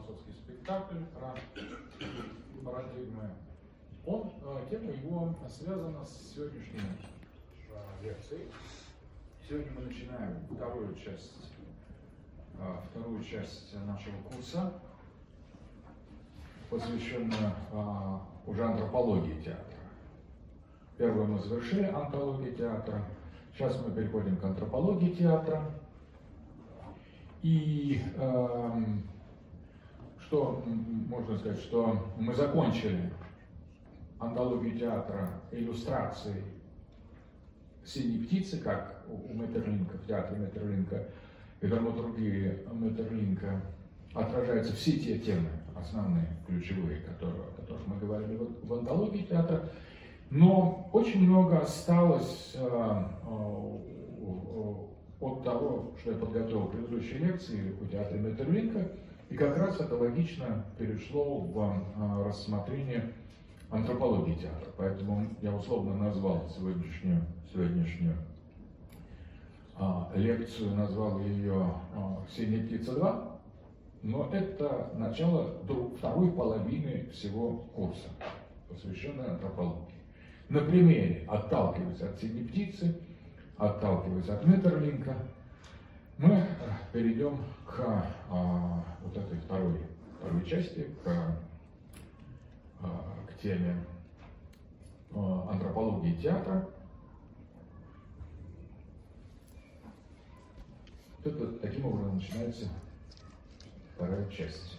философский спектакль «Парадигмы». Тема его связана с сегодняшней лекцией. Сегодня мы начинаем вторую часть нашего курса, посвященную уже антропологии театра. Первую мы завершили антологию театра. Сейчас мы переходим к антропологии театра. И что можно сказать, что мы закончили антологию театра иллюстрацией «Синей птицы», как у Меттерлинка, в театре Меттерлинка и драматургии Меттерлинка отражаются все те темы, основные, ключевые, о которых мы говорили в антологии театра. Но очень много осталось от того, что я подготовил в предыдущей лекции о театре Меттерлинка, и как раз это логично перешло в рассмотрение антропологии театра. Поэтому я условно назвал сегодняшнюю лекцию, назвал ее «Синяя птица 2», но это начало второй половины всего курса, посвященной антропологии. На примере, отталкиваясь от «Синей птицы», отталкиваясь от Меттерлинка, мы перейдем к вот этой второй части, к теме антропологии театра. Это таким образом начинается вторая часть.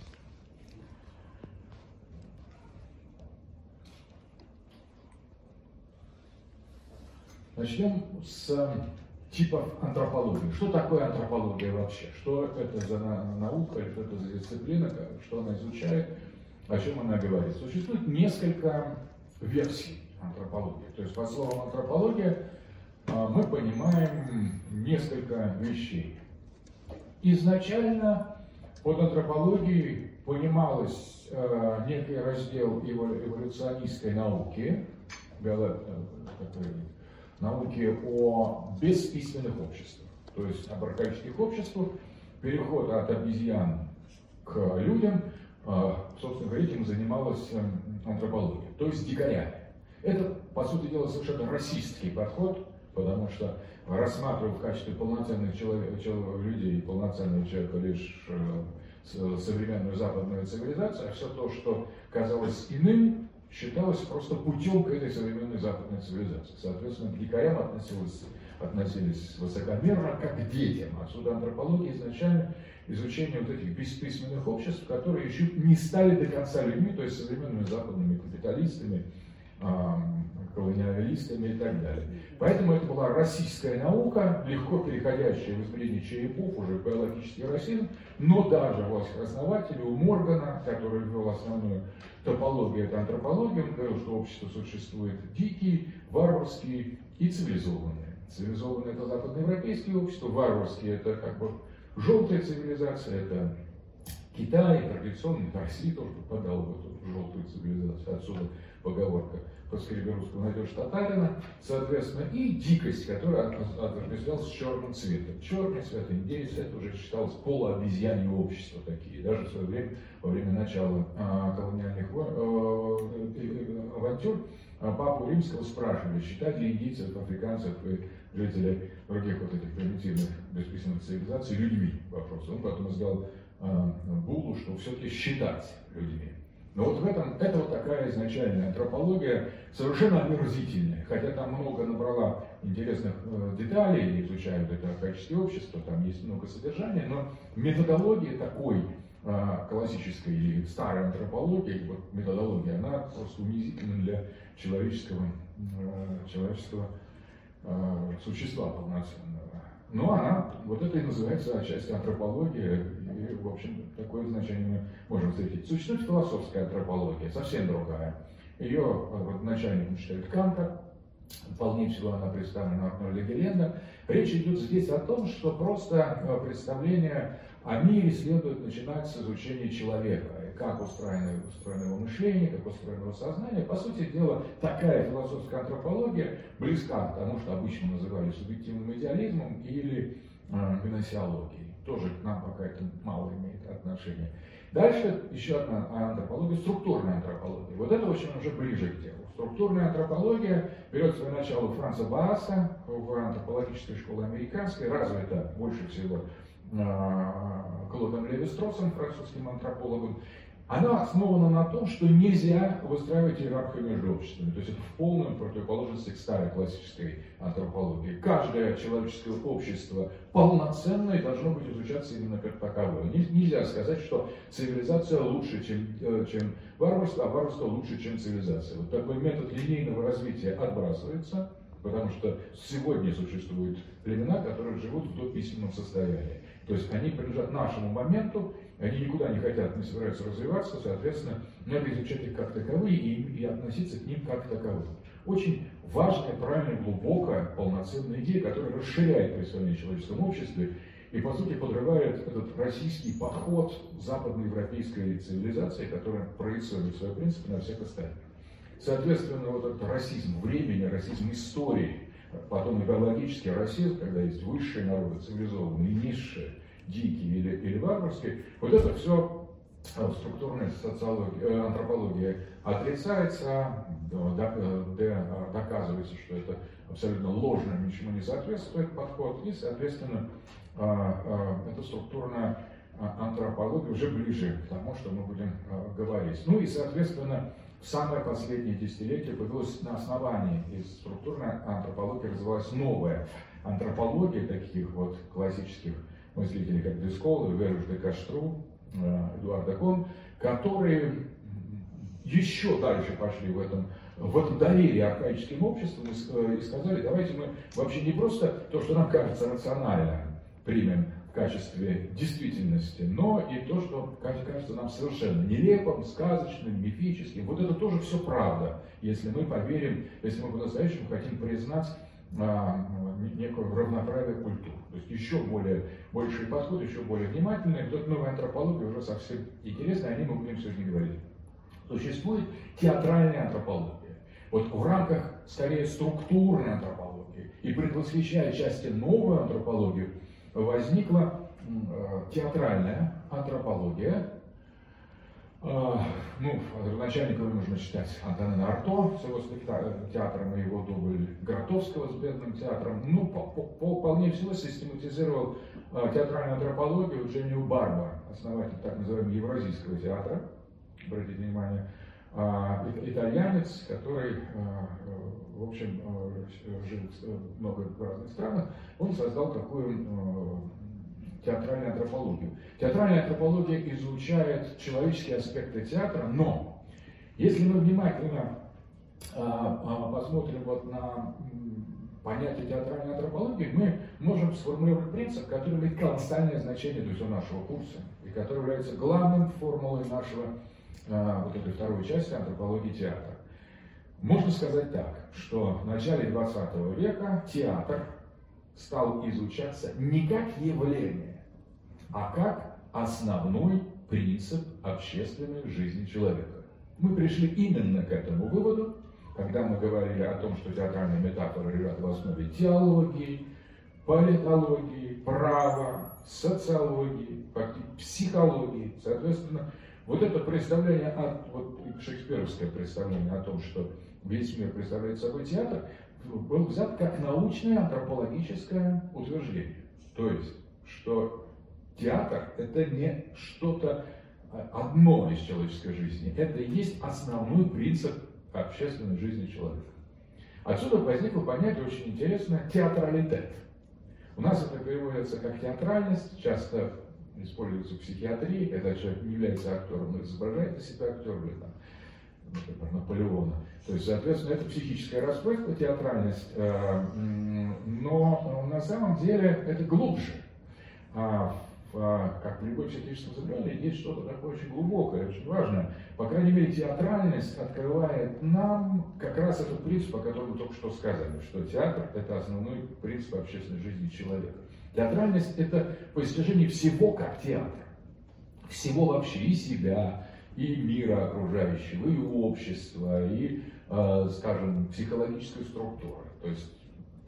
Начнем с типов антропологии. Что такое антропология вообще? Что это за наука, или что это за дисциплина, что она изучает, о чем она говорит? Существует несколько версий антропологии. То есть под словом антропология мы понимаем несколько вещей. Изначально под антропологией понималось некий раздел эволюционистской науки, науки о бесписьменных обществах, то есть об архаических обществах, переход от обезьян к людям, собственно говоря, этим занималась антропология, то есть дикарями. Это, по сути дела, совершенно расистский подход, потому что рассматривал в качестве полноценных людей, полноценного человека лишь современную западную цивилизацию, а все то, что казалось иным, считалось просто путем к этой современной западной цивилизации. Соответственно, к дикарям относились высокомерно, как к детям. Отсюда антропология изначально изучение вот этих бесписьменных обществ, которые еще не стали до конца людьми, то есть современными западными капиталистами, колониалистами и так далее. Поэтому это была российская наука, легко переходящая в измерение черепов, уже в биологический расизм, но даже у основателя, у Моргана, который ввел основную топологию, это антропология, он говорил, что общество существует дикие, варварские и цивилизованные. Цивилизованные — это западноевропейские общества, варварские — это как бы желтая цивилизация, это Китай, традиционный, Россия тоже попадала в эту желтую цивилизацию, отсюда поговорка «Поскреби русскую найдешь татарина», соответственно, и дикость, которая отождествлялась с черным цветом. Черный цвет, индейцы, это уже считалось полуобезьянье общество такие. Даже в свое время, во время начала колониальных авантюр, папу Римского спрашивали, считать ли индейцев, африканцев и жителей других вот этих примитивных бесписьменных цивилизаций людьми. Вопрос. Он потом сделал буллу, что все-таки считать людьми. Но вот в этом, это вот такая изначальная антропология, совершенно омерзительная, хотя там много набрала интересных деталей, изучают это архаические общества, там есть много содержания, но методология такой классической или старой антропологии, вот методология, она просто унизительна для человеческого существа полноценного. Но она, вот это и называется отчасти антропология, и, в общем, такое значение мы можем встретить. Существует философская антропология, совсем другая. Ее начальником считают Канта, вполне всего она представлена в Арнольде Геренда. Речь идет здесь о том, что просто представление о мире следует начинать с изучения человека, как устроено его мышление, как устроено его сознание. По сути дела, такая философская антропология близка к тому, что обычно называли субъективным идеализмом или гносеологией. Тоже к нам пока это мало имеет отношения. Дальше еще одна антропология, структурная антропология. Вот это очень уже ближе к делу. Структурная антропология берет свое начало у Франца Бааса в антропологической школе американской, развита больше всего Клодом Леви-Строссом, французским антропологом. Она основана на том, что нельзя выстраивать иерархию между обществами. То есть это в полной противоположности к старой классической антропологии. Каждое человеческое общество полноценное должно быть изучаться именно как таковое. Нельзя сказать, что цивилизация лучше, чем варварство, а варварство лучше, чем цивилизация. Вот такой метод линейного развития отбрасывается, потому что сегодня существуют племена, которые живут в дописьменном состоянии. То есть они принадлежат нашему моменту, они никуда не хотят, не собираются развиваться, соответственно, надо изучать их как таковые и относиться к ним как к таковым. Очень важная, правильная, глубокая, полноценная идея, которая расширяет представление о человеческом обществе и, по сути, подрывает этот российский подход западноевропейской цивилизации, которая проецирует свои принципы на всех остальных. Соответственно, вот этот расизм времени, расизм истории, потом идеологический расизм, когда есть высшие народы, цивилизованные, низшие, дикие или варварские, вот это все в структурной антропологии отрицается, доказывается, что это абсолютно ложно, ничему не соответствует подход, и, соответственно, эта структурная антропология уже ближе к тому, что мы будем говорить. Ну и, соответственно, в самое последнее десятилетие появилось на основании из структурной антропологии развилась новая антропология таких вот классических мыслителей, как Дескол, Веруш де Каштру, Эдуард де Кон, которые еще дальше пошли в этом доверии архаическим обществам и сказали, давайте мы вообще не просто то, что нам кажется рационально, примем в качестве действительности, но и то, что кажется нам совершенно нелепым, сказочным, мифическим. Вот это тоже все правда, если мы поверим, если мы по-настоящему хотим признать некую равноправие культур. То есть еще больший подход, еще более внимательный. Тут новая антропология уже совсем интересная, о ней мы будем сегодня говорить. Существует театральная антропология. Вот в рамках, скорее, структурной антропологии и предвосхищая части новую антропологию, возникла театральная антропология. Начальником нужно считать Антонина Арто с его театром и его дубль Гротовского с Бедным театром. Вполне всего систематизировал театральную антропологию Дженнио Барба, основатель так называемого Евразийского театра. Обратите внимание, итальянец, который, в общем, жил в много разных странах, он создал такую театральную антропологию. Театральная антропология изучает человеческие аспекты театра, но если мы внимательно посмотрим вот на понятие театральной антропологии, мы можем сформулировать принцип, который имеет колоссальное значение для всего нашего курса, и который является главной формулой нашего вот этой второй части антропологии театра. Можно сказать так, что в начале 20 века театр стал изучаться не как явление, а как основной принцип общественной жизни человека. Мы пришли именно к этому выводу, когда мы говорили о том, что театральные метафоры лежат в основе теологии, политологии, права, социологии, психологии. Соответственно, вот это представление, шекспировское представление о том, что весь мир представляет собой театр, был взят как научное антропологическое утверждение. То есть, что театр – это не что-то одно из человеческой жизни, это и есть основной принцип общественной жизни человека. Отсюда возникло понятие очень интересное – театралитет. У нас это переводится как театральность, часто используется в психиатрии, когда человек не является актером, но изображает из себя актера, или там, например, Наполеона. То есть, соответственно, это психическая распрыска, театральность, но на самом деле это глубже. Как в любой психическом заболевании, есть что-то такое очень глубокое, очень важное. По крайней мере, театральность открывает нам как раз этот принцип, о котором мы только что сказали, что театр – это основной принцип общественной жизни человека. Театральность – это постижение всего как театр. Всего вообще, и себя, и мира окружающего, и общества, и, скажем, психологической структуры. То есть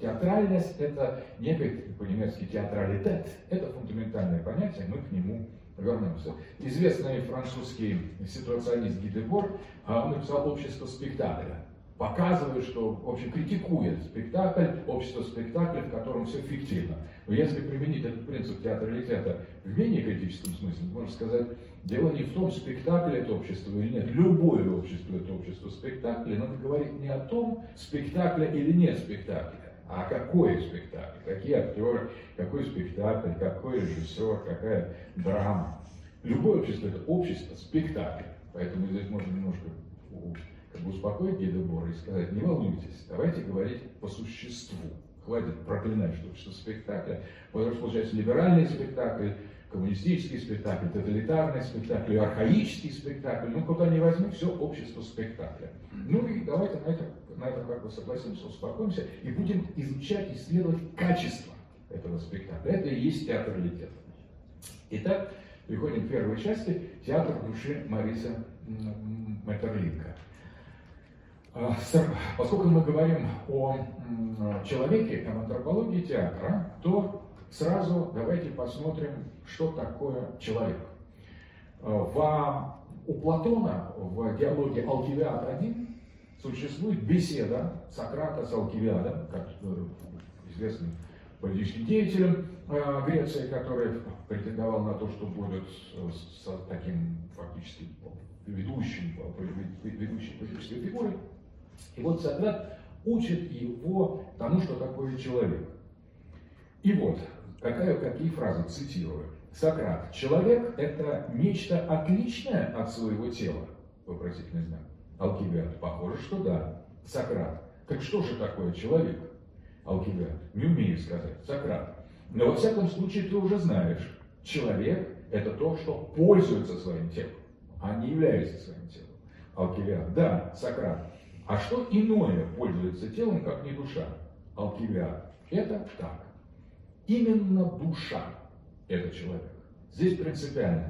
театральность – это некий, по-немецки, театралитет. Это фундаментальное понятие, мы к нему вернемся. Известный французский ситуационист Ги Дебор, он написал «Общество спектакля», показывая, что, в общем, критикует спектакль, общество спектакля, в котором все фиктивно. Но если применить этот принцип театралитета в менее критическом смысле, можно сказать, дело не в том, спектакль это общество или нет. Любое общество это общество спектакля. Надо говорить не о том, спектакля или нет спектакля, а какой спектакль, какие актеры, какой спектакль, какой режиссер, какая драма. Любое общество это общество спектакля. Поэтому здесь можно немножко успокоить Ги Дебора и сказать: не волнуйтесь, давайте говорить по существу. Хватит проклинать, что общество спектакля. Потому что получается либеральный спектакль, коммунистический спектакль, тоталитарный спектакль, архаический спектакль. Ну, куда ни возьми, все общество спектакля. Ну и давайте на этом как бы согласимся, успокоимся и будем изучать, исследовать качество этого спектакля. Это и есть театралитет. Итак, переходим к первой части. Театр души Мориса Метерлинка. Поскольку мы говорим о человеке, об антропологии театра, то сразу давайте посмотрим, что такое человек. У Платона в диалоге Алкивиад-1 существует беседа Сократа с Алкивиадом, как известным политическим деятелем Греции, который претендовал на то, что будет таким фактически ведущей политической фигурой. И вот Сократ учит его тому, что такое человек. И вот, какие фразы цитирую. Сократ: человек – это нечто отличное от своего тела? Вопросительный знак. Алкивиад: похоже, что да. Сократ: так что же такое человек? Алкивиад: не умею сказать. Сократ: но во всяком случае ты уже знаешь, человек – это то, что пользуется своим телом, а не является своим телом. Алкивиад: да. Сократ: а что иное пользуется телом, как не душа? Алкивиад: это так. Именно душа – это человек. Здесь принципиально.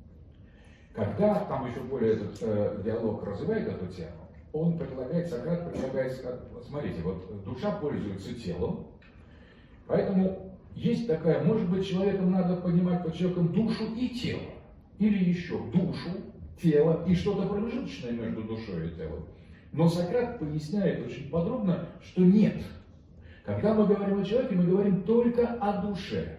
Когда там еще более этот диалог развивает эту тему, Сократ предлагает, смотрите, вот душа пользуется телом, поэтому есть такая, может быть, человеком надо понимать под человеком душу и тело, или еще душу, тело и что-то промежуточное между душой и телом. Но Сократ поясняет очень подробно, что нет. Когда мы говорим о человеке, мы говорим только о душе,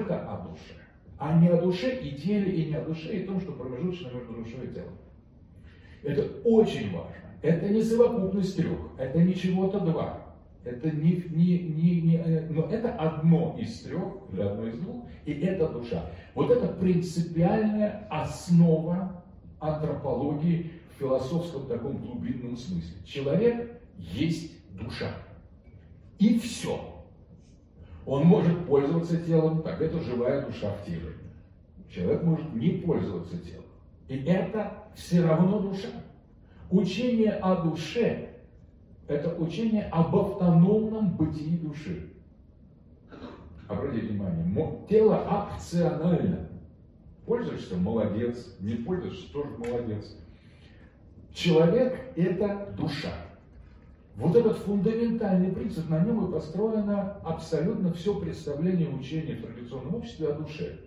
а не о душе и теле, и не о душе и том, что промежуточно между душой и телом. Это очень важно. Это не совокупность трех, это не чего-то два. Это но это одно из трех, или одно из двух, и это душа. Вот это принципиальная основа антропологии в философском таком глубинном смысле. Человек есть душа. И все. Он может пользоваться телом, так это живая душа в теле. Человек может не пользоваться телом. И это все равно душа. Учение о душе – это учение об автономном бытии души. Обратите внимание, тело опционально. Пользуешься – молодец, не пользуешься – тоже молодец. Человек – это душа. Вот этот фундаментальный принцип, на нем и построено абсолютно все представление учения в традиционном обществе о душе.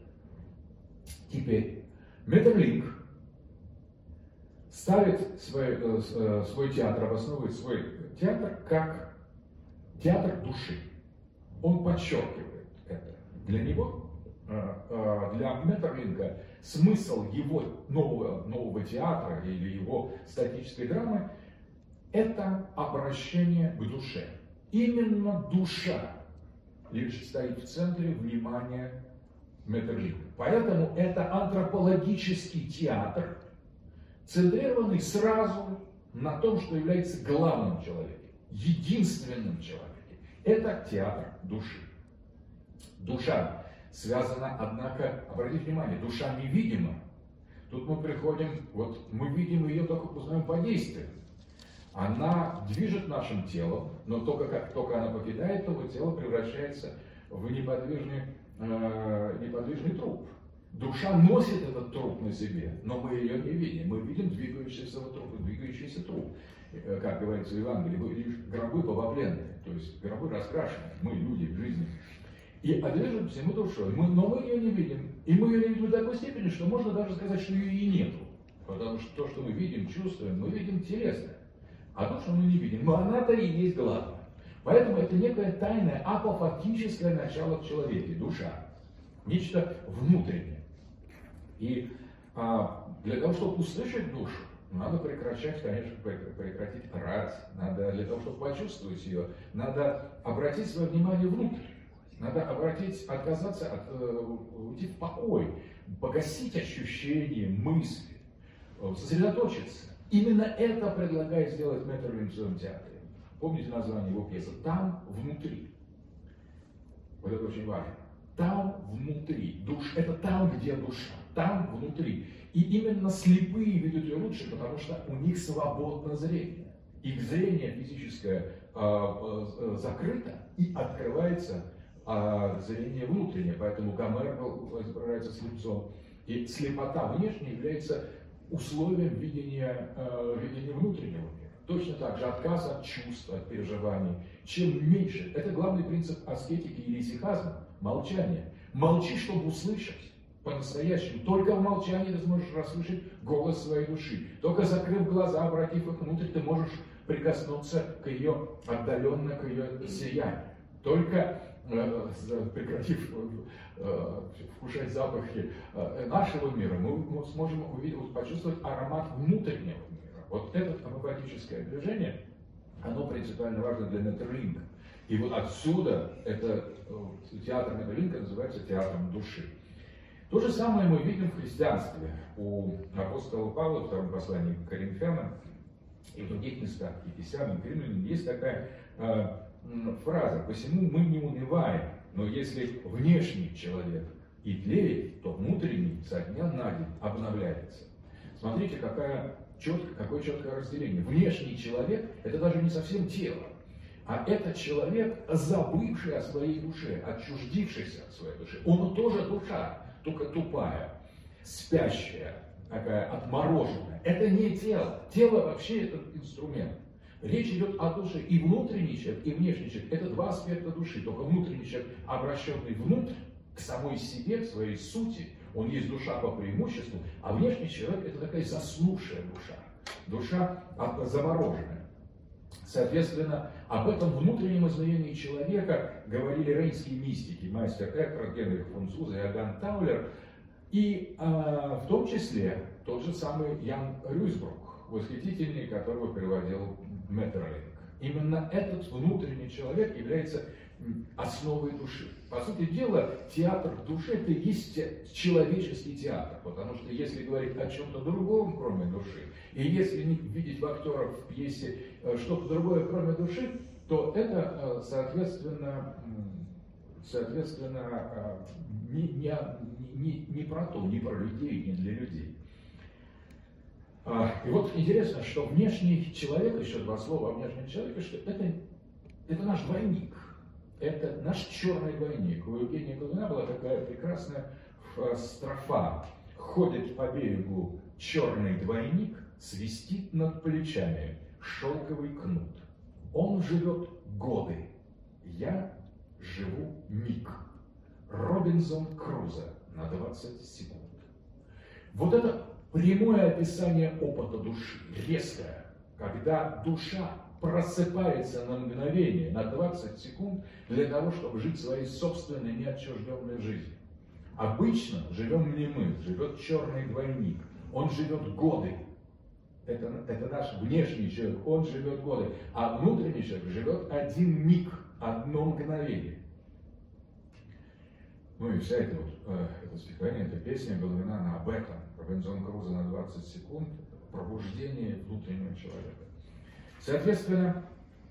Теперь Метерлинк ставит свой театр, обосновывает свой театр как театр души. Он подчеркивает это. Для него, для Метерлинка, смысл его нового театра или его статической драмы – это обращение к душе. Именно душа лишь стоит в центре внимания Метерлинка. Поэтому это антропологический театр, центрированный сразу на том, что является главным человеком, единственным человеком. Это театр души. Душа связана, однако, обратите внимание, душа невидима. Тут мы приходим, вот мы видим ее только познаем по действию. Она движет нашим телом, но только как только она покидает, то тело превращается в неподвижный труп. Душа носит этот труп на себе, но мы ее не видим. Мы видим двигающийся труп. Как говорится в Евангелии, лишь гробы повопленные, то есть гробы раскрашены, мы люди в жизни. и движет всему душой. Но мы ее не видим. И мы ее не видим до такой степени, что можно даже сказать, что ее и нету. Потому что то, что мы видим, чувствуем, мы видим телесное. А то, что мы не видим, но она-то и есть главное. Поэтому это некое тайное, апофатическое начало в человеке, душа. Нечто внутреннее. И для того, чтобы услышать душу, надо прекратить орать. Надо, для того, чтобы почувствовать ее, надо обратить свое внимание внутрь. Надо отказаться, уйти в покой, погасить ощущения, мысли, сосредоточиться. Именно это предлагает сделать Метерлинк в своем театре. Помните название его пьесы? «Там внутри». Вот это очень важно. Там внутри. Это там, где душа. Там внутри. И именно слепые видят ее лучше, потому что у них свободно зрение. Их зрение физическое закрыто и открывается зрение внутреннее. Поэтому Гомер изображается слепцом. И слепота внешняя является условием видения внутреннего мира. Точно так же отказ от чувств, от переживаний. Чем меньше, это главный принцип аскетики или исихазма, молчание. Молчи, чтобы услышать по-настоящему. Только в молчании ты сможешь расслышать голос своей души. Только закрыв глаза, обратив их внутрь, ты можешь прикоснуться к ее, отдаленно к ее сиянию. Только прекратив вкушать запахи нашего мира, мы сможем почувствовать аромат внутреннего мира. Вот это апофатическое движение, оно принципиально важно для Метерлинка. И вот отсюда театр Метерлинка называется театром души. То же самое мы видим в христианстве. У апостола Павла в втором послании к Коринфянам и в других местах, Ефесянам, Римлянам, есть такая фраза: «Посему мы не унываем, но если внешний человек и тлеет, то внутренний со дня на день обновляется». Смотрите, какое четкое разделение. Внешний человек – это даже не совсем тело, а это человек, забывший о своей душе, отчуждившийся от своей души. Он тоже душа, только тупая, спящая, такая отмороженная. Это не тело. Тело вообще это инструмент. Речь идет о душе. И внутренний человек, и внешний человек – это два аспекта души. Только внутренний человек, обращенный внутрь, к самой себе, к своей сути, он есть душа по преимуществу, а внешний человек – это такая заснувшая душа замороженная. Соответственно, об этом внутреннем измерении человека говорили рейнские мистики, мастер Экхарт, Генрих фон Зуза и Иоганн Таулер, и в том числе тот же самый Ян Рюйсбрук, восхитительный, которого переводил Метерлинк. Именно этот внутренний человек является основой души. По сути дела, театр души – это и есть человеческий театр, потому что если говорить о чем-то другом, кроме души, и если не видеть в актерах в пьесе что-то другое, кроме души, то это, соответственно, не про то, не про людей, не для людей. И вот интересно, что внешний человек, еще два слова о внешнем человеке, что это наш двойник. Это наш черный двойник. У Евгения Глазуна была такая прекрасная строфа. Ходит по берегу черный двойник, свистит над плечами шелковый кнут. Он живет годы, я живу миг. Робинзон Крузо на 20 секунд. Вот это прямое описание опыта души, резкое, когда душа просыпается на мгновение, на 20 секунд, для того, чтобы жить своей собственной неотчужденной жизнью. Обычно живем не мы, живет черный двойник, он живет годы. Это наш внешний человек, он живет годы, а внутренний человек живет один миг, одно мгновение. Ну и вся это стихотворение, эта песня была именно об этом. Робинзон Крузо на 20 секунд, пробуждение внутреннего человека. Соответственно,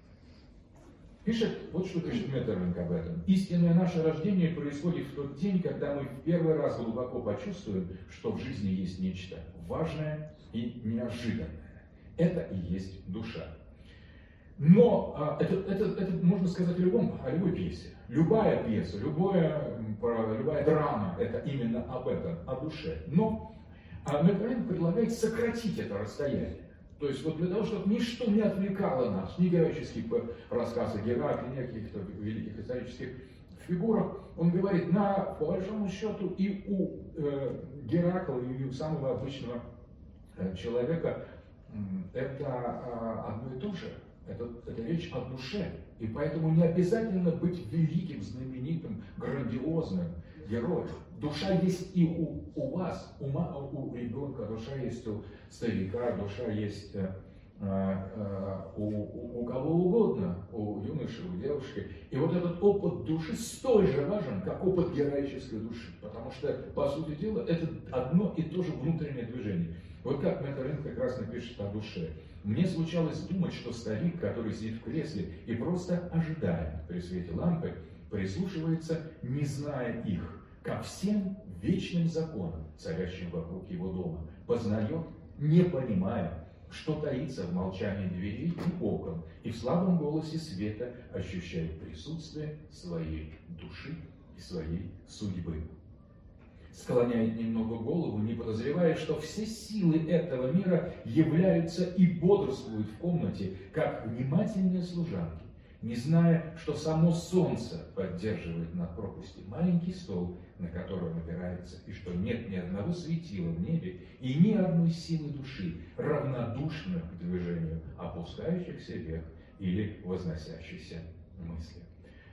вот что пишет Метерлинк об этом. Истинное наше рождение происходит в тот день, когда мы в первый раз глубоко почувствуем, что в жизни есть нечто важное и неожиданное. Это и есть душа. Но это можно сказать о любой пьесе. Любая пьеса, любая драма – это именно об этом, о душе. Но Метерлинк предлагает сократить это расстояние. То есть вот для того, чтобы ничто не отвлекало нас, ни героические рассказы Гераклия, ни каких-то великих исторических фигурах, он говорит, по большому счету и у Геракла, и у самого обычного человека это одно и то же. Это речь о душе. И поэтому не обязательно быть великим, знаменитым, грандиозным героем. Душа есть и у вас, у ребенка, душа есть у старика, душа есть у кого угодно, у юноши, у девушки. И вот этот опыт души столь же важен, как опыт героической души. Потому что, по сути дела, это одно и то же внутреннее движение. Вот как Метерлинк как раз напишет о душе. Мне случалось думать, что старик, который сидит в кресле и просто ожидает при свете лампы, прислушивается, не зная их, ко всем вечным законам, царящим вокруг его дома, познает, не понимая, что таится в молчании дверей и окон, и в слабом голосе света ощущает присутствие своей души и своей судьбы. Склоняет немного голову, не подозревая, что все силы этого мира являются и бодрствуют в комнате, как внимательные служанки, не зная, что само солнце поддерживает над пропастью маленький стол, на котором опирается, и что нет ни одного светила в небе и ни одной силы души, равнодушных к движению опускающихся вверх или возносящихся мысли.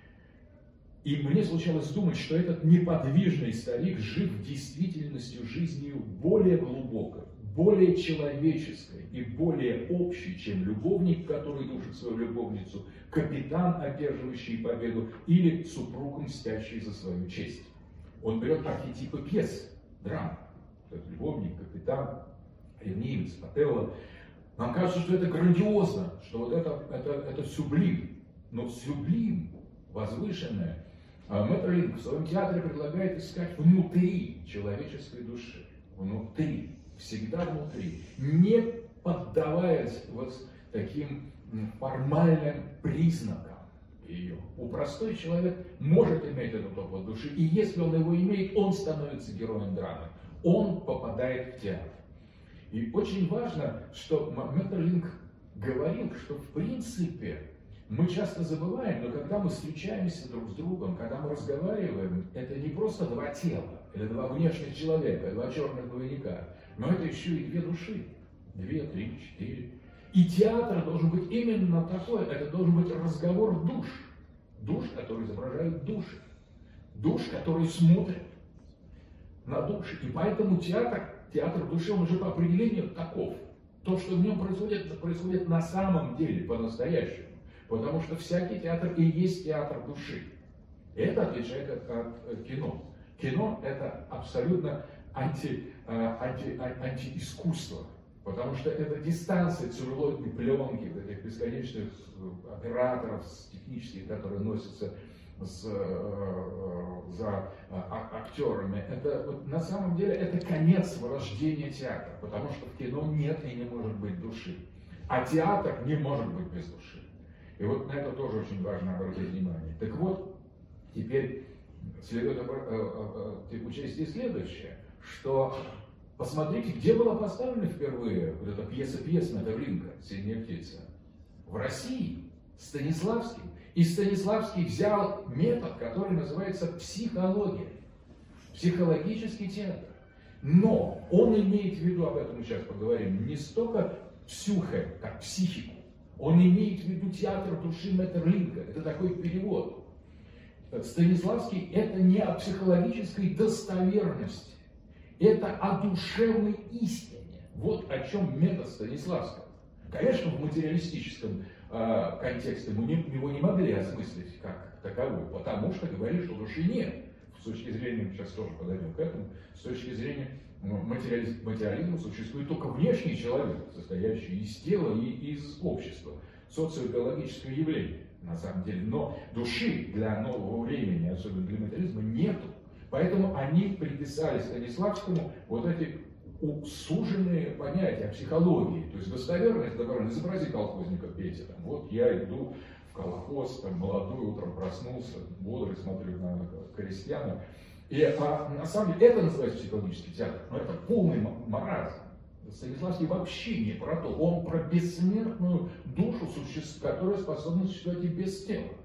И мне случалось думать, что этот неподвижный старик жив действительностью жизнью более глубокой, более человеческой и более общей, чем любовник, который душит свою любовницу, капитан, одерживающий победу, или супруг, мстящий за свою честь. Он берет архетипы пьес, драм, любовник, капитан, ревнивец, Отелло. Нам кажется, что это грандиозно, что вот это сюблим, но сюблим, возвышенное, Метерлинк в своем театре предлагает искать внутри человеческой души, внутри, всегда внутри, не поддаваясь вот таким формальным признакам ее. У простой человек может иметь этот опыт души, и если он его имеет, он становится героем драмы, он попадает в театр. И очень важно, что Метерлинк говорил, что в принципе мы часто забываем, но когда мы встречаемся друг с другом, когда мы разговариваем, это не просто два тела, или два внешних человека, два черных двойника, но это еще и две души, 2, 3, 4. И театр должен быть именно такой, это должен быть разговор душ. Душ, которые изображают души. Душ, которые смотрят на души. И поэтому театр души, он уже по определению таков. То, что в нем происходит на самом деле, по-настоящему. Потому что всякий театр и есть театр души. И это отличает от кино. Кино – это абсолютно антиискусство. Потому что это дистанция целлюлоидной пленки, этих бесконечных операторов технических, которые носятся за актерами. Это, на самом деле это конец вырождения театра. Потому что в кино нет и не может быть души. А театр не может быть без души. И вот на это тоже очень важно обратить внимание. Так вот, теперь следует учесть и следующее, что посмотрите, где была поставлена впервые вот эта пьеса Метерлинка «Синяя птица». В России, Станиславский. И Станиславский взял метод, который называется психология, психологический театр. Но он имеет в виду, об этом мы сейчас поговорим, не столько псюхе, как психику. Он имеет в виду театр души Метерлинка. Это такой перевод. Станиславский – это не о психологической достоверности. Это о душевной истине. Вот о чем метод Станиславского. Конечно, в материалистическом контексте мы его не могли осмыслить как таковой, потому что говорили, что души нет. С точки зрения, мы сейчас тоже подойдем к этому, с точки зрения материализма существует только внешний человек, состоящий из тела и из общества, социобиологическое явление на самом деле. Но души для нового времени, особенно для материализма, нету. Поэтому они приписали Станиславскому вот эти суженные понятия о психологии. То есть достоверность, добавлена, изобрази колхозника Петя. Там, вот я иду в колхоз, там, молодой, утром проснулся, бодрый, смотрю на крестьяна. И на самом деле это называется психологический театр, но это полный маразм. Станиславский вообще не про то, он про бессмертную душу, которая способна существовать и без тела.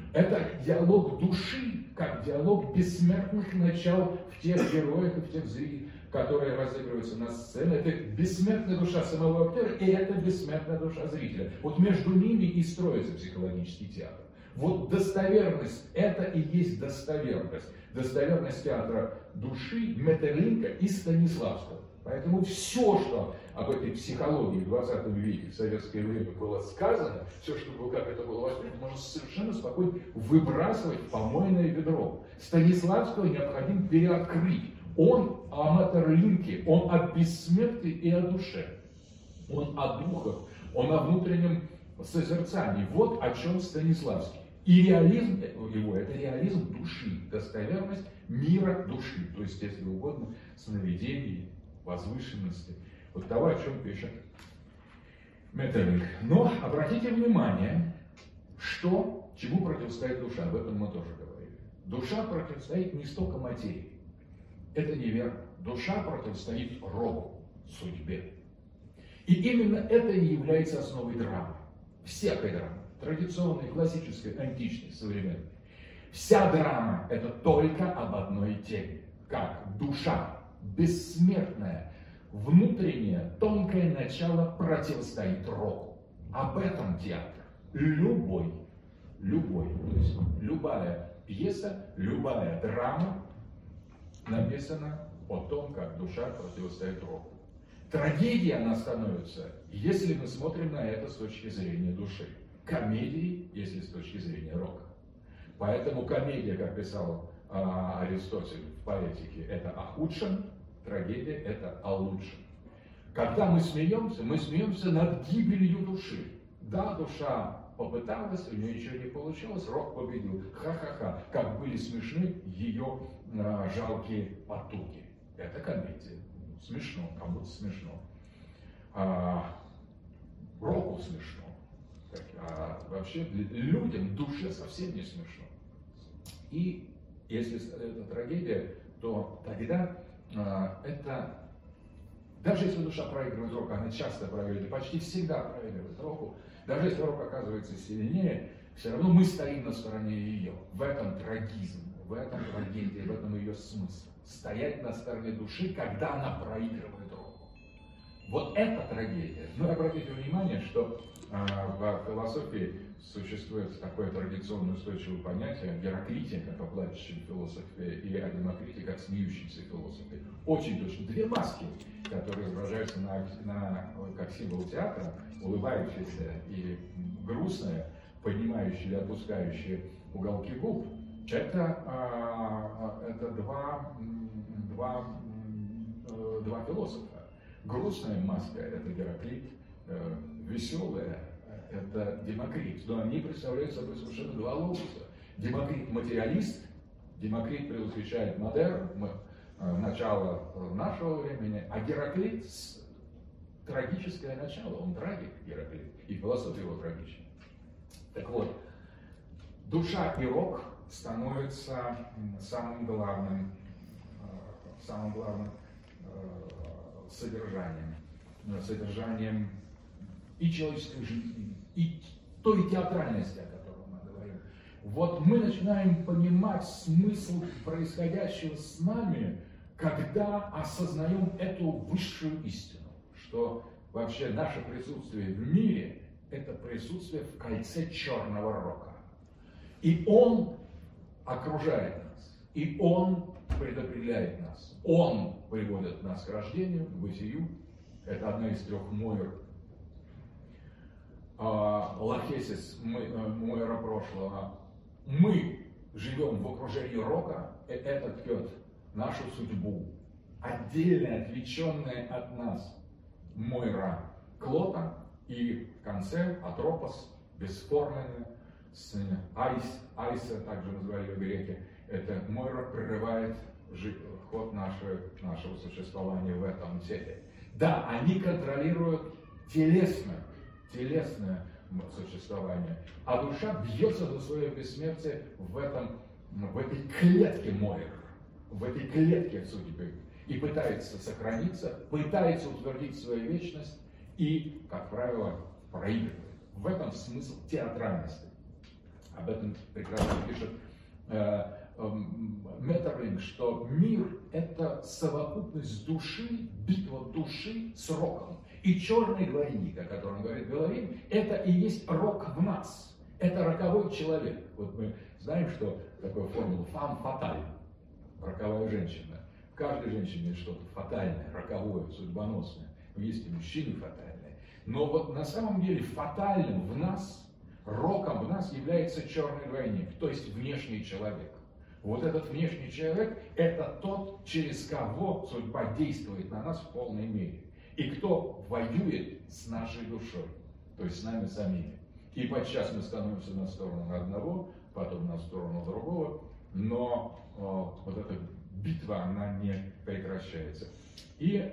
Это диалог души, как диалог бессмертных начал в тех героях и в тех зрителях, которые разыгрываются на сцене. Это бессмертная душа самого актера, и это бессмертная душа зрителя. Вот между ними и строится психологический театр. Вот достоверность, это и есть достоверность. Достоверность театра души Меттерлинка и Станиславского. Поэтому все, что об этой психологии в 20 веке, в советское время было сказано, все, что было, как это было воспринято, можно совершенно спокойно выбрасывать в помойное ведро. Станиславского необходимо переоткрыть. Он о Меттерлинке, он о бессмертии и о душе. Он о духах, он о внутреннем созерцании. Вот о чем Станиславский. И реализм его, это реализм души, достоверность мира души. То есть, если угодно, сновидений, возвышенности. Вот того, о чем пишет Меттерлинк. Но обратите внимание, что, чему противостоит душа. Об этом мы тоже говорили. Душа противостоит не столько материи. Это неверно. Душа противостоит року, судьбе. И именно это и является основой драмы. Всякой драмы. Традиционной, классической, античной, современной. Вся драма – это только об одной теме. Как душа, бессмертное, внутреннее, тонкое начало противостоит року. Об этом театр. Любой, то есть любая пьеса, любая драма написана о том, как душа противостоит року. Трагедия она становится, если мы смотрим на это с точки зрения души. Комедией, если с точки зрения рока. Поэтому комедия, как писал Аристотель в поэтике, это о худшем, трагедия это о лучшем. Когда мы смеемся над гибелью души. Да, душа попыталась, у нее ничего не получилось, рок победил. Ха-ха-ха, как были смешны ее жалкие потуги. Это комедия. Смешно, кому-то смешно. Року смешно. А вообще людям, душе совсем не смешно. И если это трагедия, то тогда это, даже если душа проигрывает року, она часто проигрывает, и почти всегда проигрывает року, даже если рок оказывается сильнее, все равно мы стоим на стороне ее. В этом трагизм, в этом трагедия, в этом ее смысл. Стоять на стороне души, когда она проигрывает року. Вот это трагедия. Ну, обратите внимание, что в философии существует такое традиционно устойчивое понятие о Гераклите, как о плачущем философе, и о Демокрите, как смеющемся философе. Очень точно. Две маски, которые изображаются как символ театра, улыбающаяся и грустная, поднимающая или опускающая уголки губ. Это два философа. Грустная маска – это Гераклит, веселая – это Демокрит. Но они представляют собой совершенно два логоса. Демокрит – материалист, Демокрит предвосхищает модерн, начало нашего времени, а Гераклит – трагическое начало, он трагик, Гераклит, и философия его трагична. Так вот, душа и рок становятся самым главным содержанием и человеческой жизни, и той театральности, о которой мы говорим. Вот мы начинаем понимать смысл происходящего с нами, когда осознаем эту высшую истину, что вообще наше присутствие в мире – это присутствие в кольце черного рока. И он окружает нас, и он предопределяет нас. Он приводит нас к рождению, к бытию. Это одна из трех Мойр. Лахесис, Мойра прошлого. Мы живем в окружении рока, и это ткет нашу судьбу. Отдельная, отвлеченная от нас Мойра Клота, и в конце Атропос, бесформенная, с Айса, также назвали его греки, это Мойра прерывает ход нашего существования в этом теле. Да, они контролируют телесное существование, а душа бьется за свое бессмертие в этой клетке Мойр, в этой клетке судьбы, и пытается сохраниться, пытается утвердить свою вечность и, как правило, проигрывает. В этом смысл театральности. об этом прекрасно пишет Метерлинг, что мир – это совокупность души, битва души с роком. И черный двойник, о котором говорит Беловин, это и есть рок в нас. Это роковой человек. Вот мы знаем, что такое формула «фам фаталь», роковая женщина. В каждой женщине есть что-то фатальное, роковое, судьбоносное. Есть и мужчины фатальные. Но вот на самом деле фатальным в нас, роком в нас является черный двойник, то есть внешний человек. Вот этот внешний человек – это тот, через кого судьба действует на нас в полной мере. И кто воюет с нашей душой, то есть с нами самими. И подчас мы становимся на сторону одного, потом на сторону другого, но вот эта битва, она не прекращается. И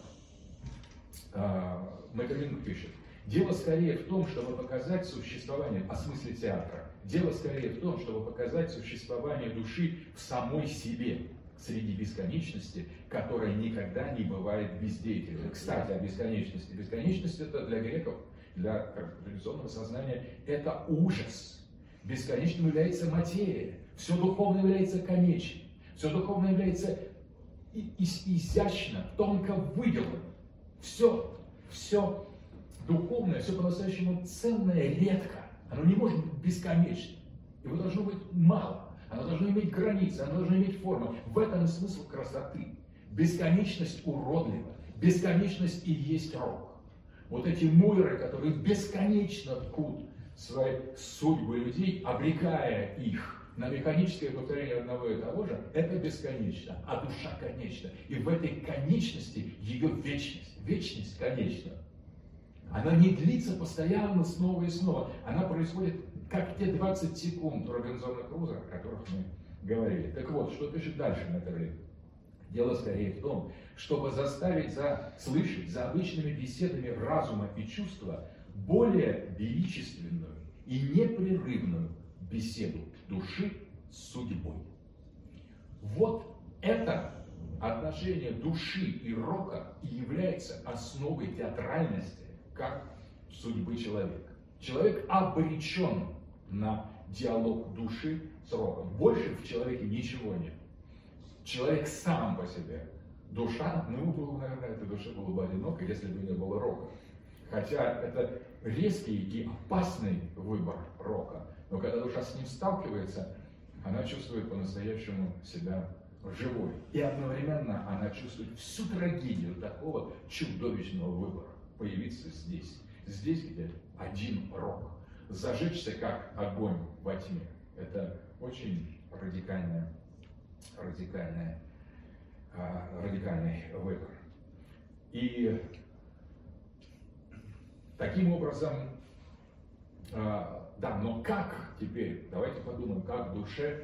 Метерлинг пишет: дело скорее в том, чтобы показать существование, о смысле театра, дело скорее в том, чтобы показать существование души в самой себе, среди бесконечности, которая никогда не бывает бездеятельной. Кстати, о бесконечности. Бесконечность — это для греков, для традиционного сознания, это ужас. Бесконечным является материя. Все духовное является конечным. Все духовное является изящно, тонко выделанным. Все духовное, все по-настоящему ценное редко. Оно не может быть бесконечным. Его должно быть мало. Оно должно иметь границы, оно должно иметь форму. В этом и смысл красоты. Бесконечность уродлива. Бесконечность и есть рок. Вот эти муйры, которые бесконечно ткут свои судьбы людей, обрекая их на механическое повторение одного и того же, это бесконечно, а душа конечна. И в этой конечности ее вечность. Вечность конечна. Она не длится постоянно снова и снова. Она происходит как те 20 секунд Робинзона Круза, о которых мы говорили. Так вот, что пишет дальше Метерлинг? Дело скорее в том, чтобы заставить слышать за обычными беседами разума и чувства более величественную и непрерывную беседу души с судьбой. Вот это отношение души и рока и является основой театральности как судьбы человека. Человек обречен на диалог души с роком. Больше в человеке ничего нет. Человек сам по себе. Душа, наверное, этой душе было бы одиноко, если бы не было рока. Хотя это резкий и опасный выбор рока. Но когда душа с ним сталкивается, она чувствует по-настоящему себя живой. И одновременно она чувствует всю трагедию такого чудовищного выбора. Появиться здесь. Здесь, где один рок. Зажечься, как огонь во тьме. Это очень радикальный выбор. И таким образом, да, но как теперь, давайте подумаем, как в душе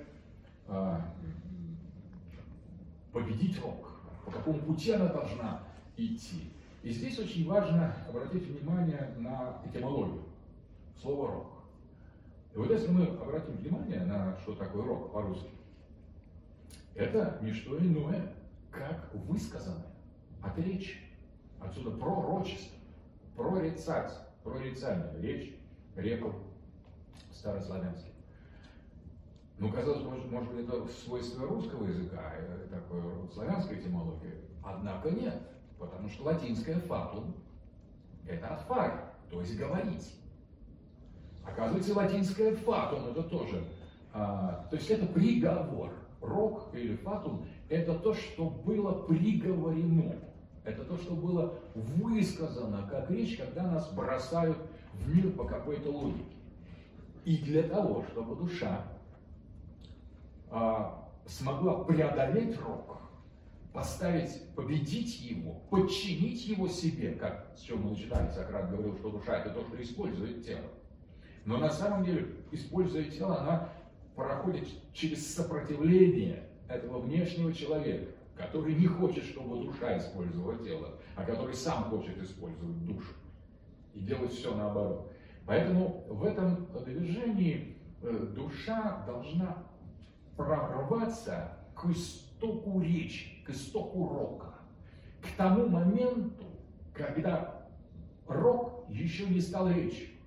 победить рок, по какому пути она должна идти. И здесь очень важно обратить внимание на этимологию слова «рок». И вот если мы обратим внимание на что такое рок по-русски, это не что иное, как высказанное от речи. Отсюда пророчество, прорицание, речь, реков старославянских. Ну, казалось бы, может быть, это свойство русского языка, такое славянская этимология. Однако нет, потому что латинское «фатум» — это от «фари», то есть «говорить». Оказывается, латинское «фатум» — это тоже, то есть это приговор. Рок или «фатум» — это то, что было приговорено. Это то, что было высказано как речь, когда нас бросают в мир по какой-то логике. И для того, чтобы душа смогла преодолеть рок, победить его, подчинить его себе, как с чего мы начинали, Сократ говорил, что душа — это то, что использует тело. Но на самом деле, используя тело, она проходит через сопротивление этого внешнего человека, который не хочет, чтобы душа использовала тело, а который сам хочет использовать душу и делать все наоборот. Поэтому в этом движении душа должна прорваться к истоку речи, к истоку рока, к тому моменту, когда рок еще не стал речью,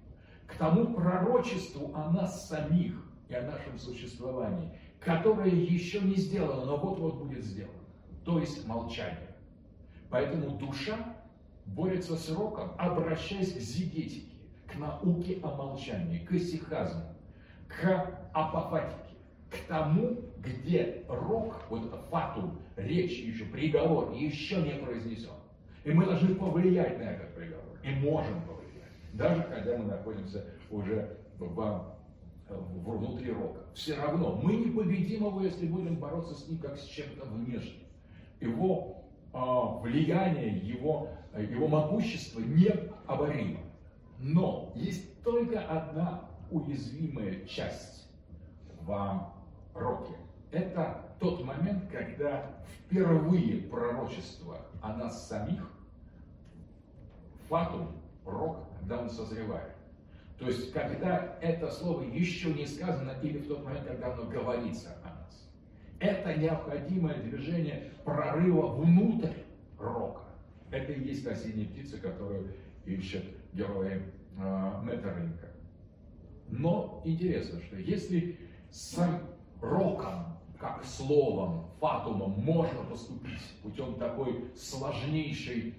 к тому пророчеству о нас самих и о нашем существовании, которое еще не сделано, но вот-вот будет сделано. То есть молчание. Поэтому душа борется с роком, обращаясь к зигетике, к науке о молчании, к исихазму, к апофатике, к тому, где рок, вот фатум, речь еще, приговор еще не произнесен. И мы должны повлиять на этот приговор, и можем повлиять, даже когда мы находимся уже внутри рока. Все равно мы непобедимы его, если будем бороться с ним как с чем-то внешним. Его влияние, его могущество необоримо. Но есть только одна уязвимая часть в роке. Это тот момент, когда впервые пророчество о нас самих, фатум, рок, когда он созревает. То есть, когда это слово еще не сказано, или в тот момент, когда оно говорится о нас. Это необходимое движение прорыва внутрь рока. Это и есть та синяя птица, которую ищут герои Метерлинка. Но интересно, что если с роком, как словом, фатумом, можно поступить путем такой сложнейшей,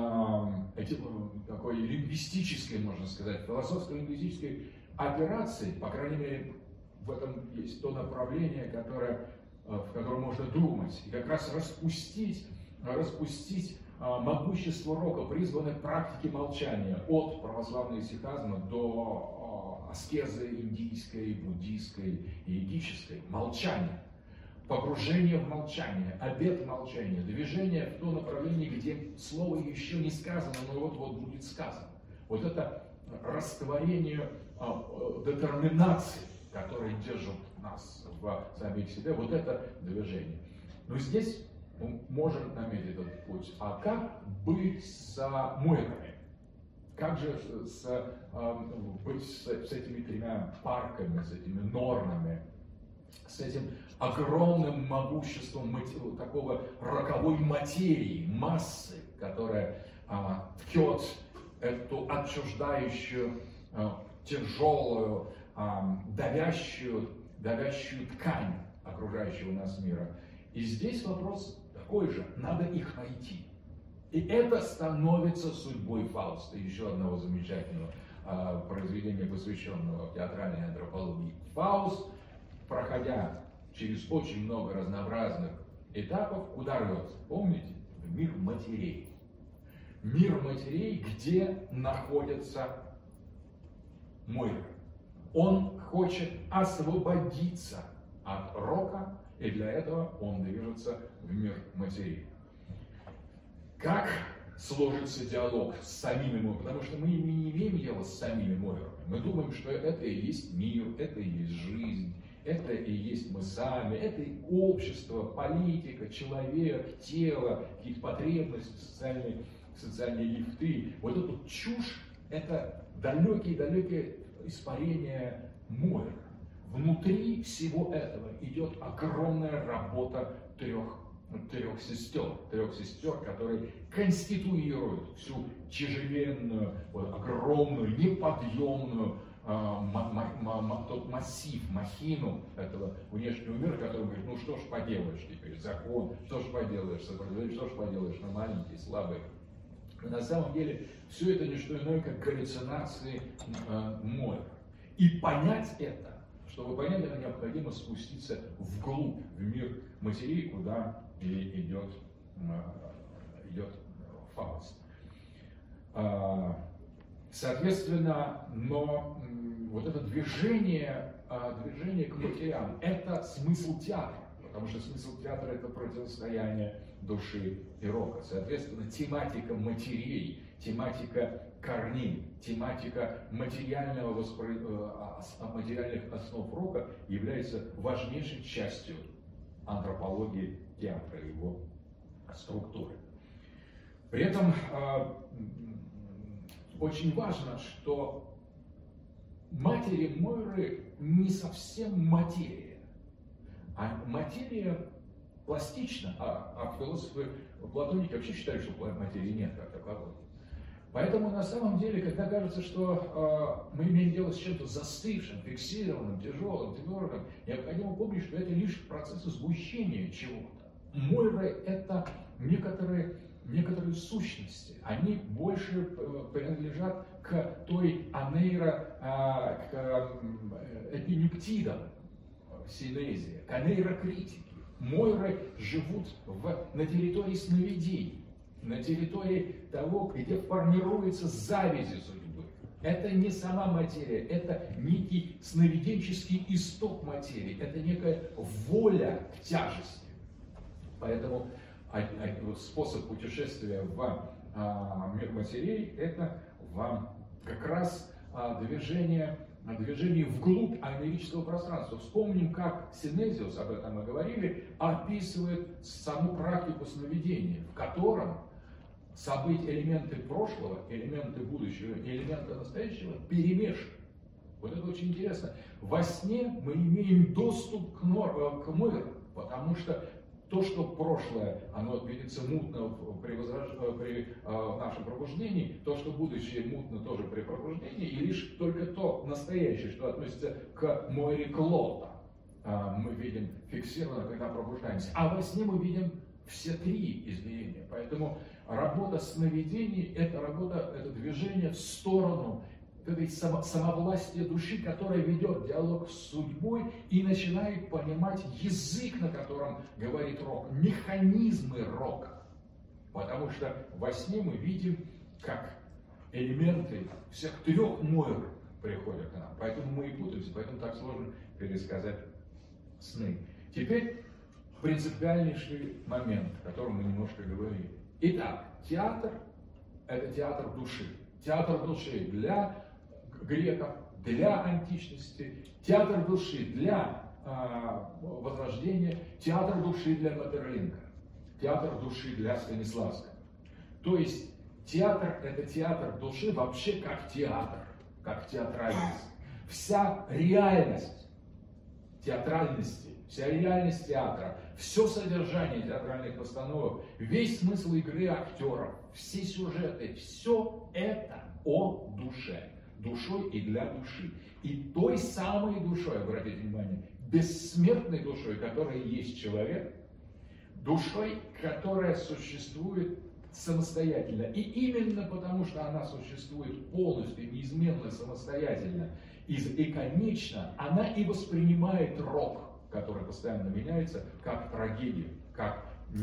такой лингвистической, можно сказать, философско-лингвистической операции, по крайней мере, в этом есть то направление, в котором можно думать, и как раз распустить могущество рока, призванное к практике молчания, от православного исихазма до аскезы индийской, буддийской и йогической. Молчание, погружение в молчание, обет молчания, движение в то направление, где слово еще не сказано, но вот-вот будет сказано. Вот это растворение детерминации, которая держит нас в самих себе, вот это движение. Но здесь мы можем наметить этот путь. А как быть с Мойрами? Как же быть с этими тремя парками, с этими нормами, с этим огромным могуществом такого роковой материи, массы, которая ткет эту отчуждающую, тяжелую, давящую ткань окружающего нас мира. И здесь вопрос такой же, надо их найти. И это становится судьбой Фауста, еще одного замечательного произведения, посвященного театральной антропологии. Фауст, проходя через очень много разнообразных этапов, куда рвется? Помните? В мир матерей. Мир матерей, где находится Мойра. Он хочет освободиться от рока, и для этого он движется в мир матерей. Как сложится диалог с самими Мойрами? Потому что мы не имеем дела с самими Мойрами. Мы думаем, что это и есть мир, это и есть жизнь, это и есть мы сами, это и общество, политика, человек, тело, какие-то потребности, социальные лифты. Вот эту чушь, это далекие испарения Мойры. Внутри всего этого идет огромная работа трех сестер, которые конституируют всю тяжеленную, огромную, неподъемную тот массив, махину этого внешнего мира, который говорит, ну что ж поделаешь теперь, закон, что ж поделаешь, сопротивление, что ж поделаешь, мы маленькие, слабые. И на самом деле все это не что иное, как галлюцинации Мойры. И понять это, чтобы понять это, необходимо спуститься вглубь, в мир матерей, куда и идет Фауст. Соответственно, но вот это движение к материам, это смысл театра, потому что смысл театра — это противостояние души и рока. Соответственно, тематика матерей, тематика корней, тематика материальных основ рока является важнейшей частью антропологии театра, его структуры. При этом очень важно, что матери Мойры не совсем материя, а материя пластична, а философы Платоники вообще считали, что материи нет как таковой. Поэтому на самом деле, когда кажется, что мы имеем дело с чем-то застывшим, фиксированным, тяжелым, твердым, необходимо помнить, что это лишь процесс сгущения чего-то. Мойры — это некоторые сущности, они больше принадлежат к той к эпинюктидам Синезия, к анейрокритике. Мойры живут на территории сновидений, на территории того, где формируется завязи судьбы. Это не сама материя, это некий сновиденческий исток материи, это некая воля к тяжести. Поэтому способ путешествия в мир матерей — это как раз движение вглубь анерического пространства. Вспомним, как Синезиус, об этом мы говорили, описывает саму практику сновидения, в котором элементы прошлого, элементы будущего и элементы настоящего перемешаны. Вот это очень интересно. Во сне мы имеем доступ к миру, потому что то, что прошлое, оно видится мутно при нашем пробуждении, то, что будущее мутно тоже при пробуждении, и лишь только то настоящее, что относится к Мойре Клота, мы видим фиксированно, когда пробуждаемся. А во сне мы видим все три измерения. Поэтому работа сновидений — это движение в сторону этой самовластия души, которая ведет диалог с судьбой и начинает понимать язык, на котором говорит рок, механизмы рока. Потому что во сне мы видим, как элементы всех трех мойр приходят к нам. Поэтому мы и путаемся, поэтому так сложно пересказать сны. Теперь принципиальнейший момент, о котором мы немножко говорили. Итак, театр — это театр души. Театр души для греков, для античности, театр души для Возрождения, театр души для Метерлинка, театр души для Станиславского. То есть театр — это театр души вообще как театр, как театральность. Вся реальность театральности, вся реальность театра, все содержание театральных постановок, весь смысл игры актеров, все сюжеты, все это о душе. Душой и для души. И той самой душой, обратите внимание, бессмертной душой, которая есть человек, душой, которая существует самостоятельно. И именно потому, что она существует полностью, неизменно, самостоятельно и конечно, она и воспринимает рок, который постоянно меняется, как трагедию, как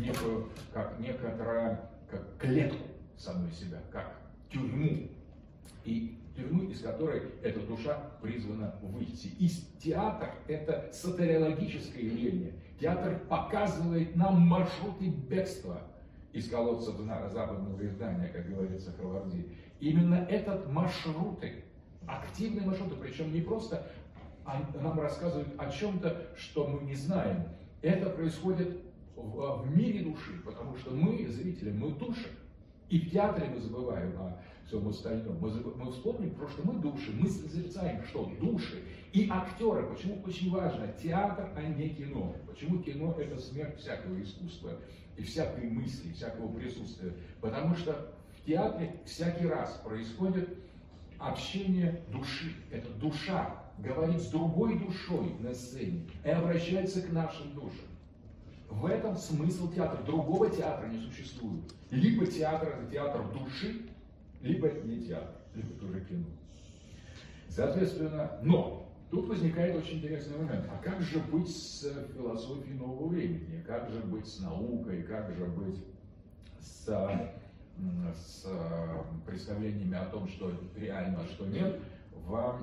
клетку самой себя, как тюрьму. И тюрьму, из которой эта душа призвана выйти. И театр — это сатериологическое явление. Театр показывает нам маршруты бегства из колодцев западного издания, как говорится в Хаварди. Именно этот маршруты, активные маршруты, причем не просто нам рассказывают о чем-то, что мы не знаем. Это происходит в мире души, потому что мы, зрители, мы души. И в театре мы забываем о всем остальном. Мы вспомним, что мы души, мы созерцаем, что души. И актеры, почему очень важно, театр, а не кино. Почему кино — это смерть всякого искусства и всякой мысли, всякого присутствия. Потому что в театре всякий раз происходит общение души. Это душа говорит с другой душой на сцене и обращается к нашим душам. В этом смысл театра. Другого театра не существует. Либо театр — это театр души, либо не театр, либо тоже кино. Соответственно, но тут возникает очень интересный момент. А как же быть с философией нового времени? Как же быть с наукой? Как же быть с представлениями о том, что реально, а что нет, в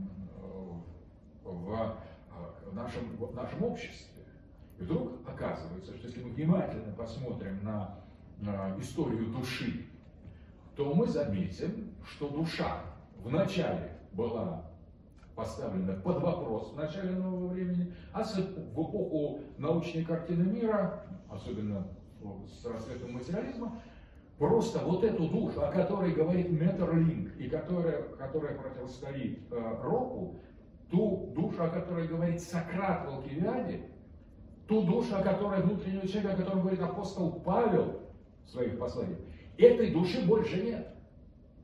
нашем обществе? И вдруг оказывается, что если мы внимательно посмотрим на историю души, то мы заметим, что душа вначале была поставлена под вопрос в начале нового времени, а в эпоху научной картины мира, особенно с расцветом материализма, просто вот эту душу, о которой говорит Метерлинк, и которая противостоит року, ту душу, о которой говорит Сократ в Алкивиаде, ту душу, о которой внутреннего человека, о котором говорит апостол Павел в своих посланиях, этой души больше нет.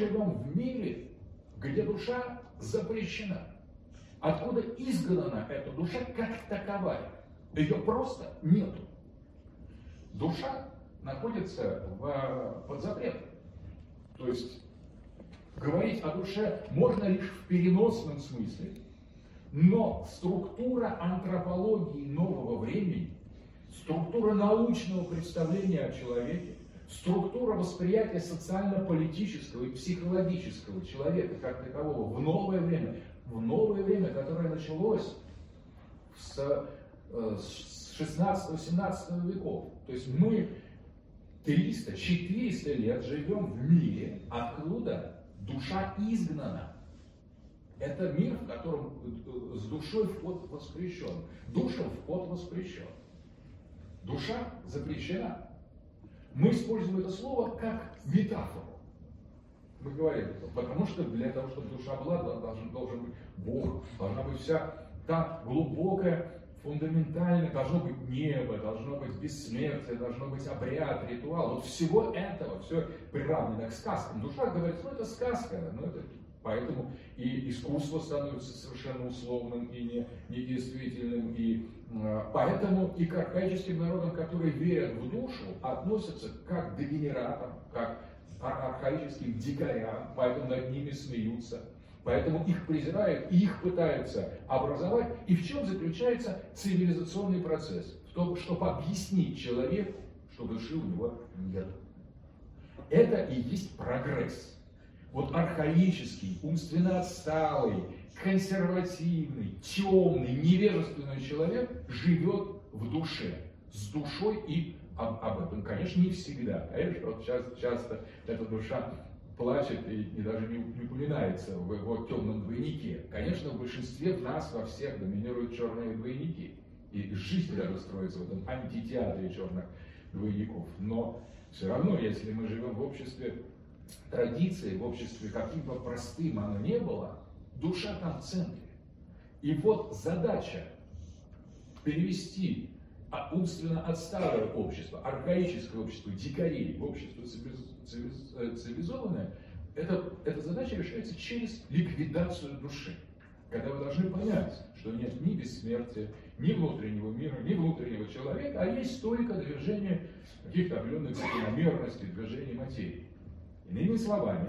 живем в мире, где душа запрещена. Откуда изгнана эта душа как таковая? Ее просто нету. Душа находится под запретом. То есть говорить о душе можно лишь в переносном смысле, но структура антропологии нового времени, структура научного представления о человеке, структура восприятия социально-политического и психологического человека как такового в новое время, которое началось с 16-17 веков. То есть мы 300-400 лет живем в мире, откуда душа изгнана. Это мир, в котором с душой вход воспрещен. Душам вход воспрещен. Душа запрещена. Мы используем это слово как метафору. Мы говорим, потому что для того, чтобы душа была, должен быть Бог, должна быть вся та глубокая, фундаментальная, должно быть небо, должно быть бессмертие, должно быть обряд, ритуал. Вот всего этого, все приравнено к сказкам. Душа говорит, это сказка, поэтому и искусство становится совершенно условным и недействительным, и поэтому и к архаическим народам, которые верят в душу, относятся как к дегенератам, как к архаическим дикарям, поэтому над ними смеются. Поэтому их презирают и их пытаются образовать. И в чем заключается цивилизационный процесс? В том, чтобы объяснить человеку, что души у него нет. Это и есть прогресс. Вот архаический, умственно отсталый, консервативный, темный, невежественный человек живет в душе, с душой и об этом, конечно, не всегда. Конечно, вот часто эта душа плачет и даже не упоминается в его темном двойнике. Конечно, в большинстве в нас, во всех, доминируют черные двойники. И жизнь даже строится в этом антитеатре черных двойников. Но все равно, если мы живем в обществе традиции, в обществе каким бы простым оно не было, душа там в центре. И вот задача перевести умственно отсталое общество, архаическое общество, дикарей в общество цивилизованное, эта задача решается через ликвидацию души. Когда вы должны понять, что нет ни бессмертия, ни внутреннего мира, ни внутреннего человека, а есть только движение каких-то определенных закономерностей, движений материи. Иными словами,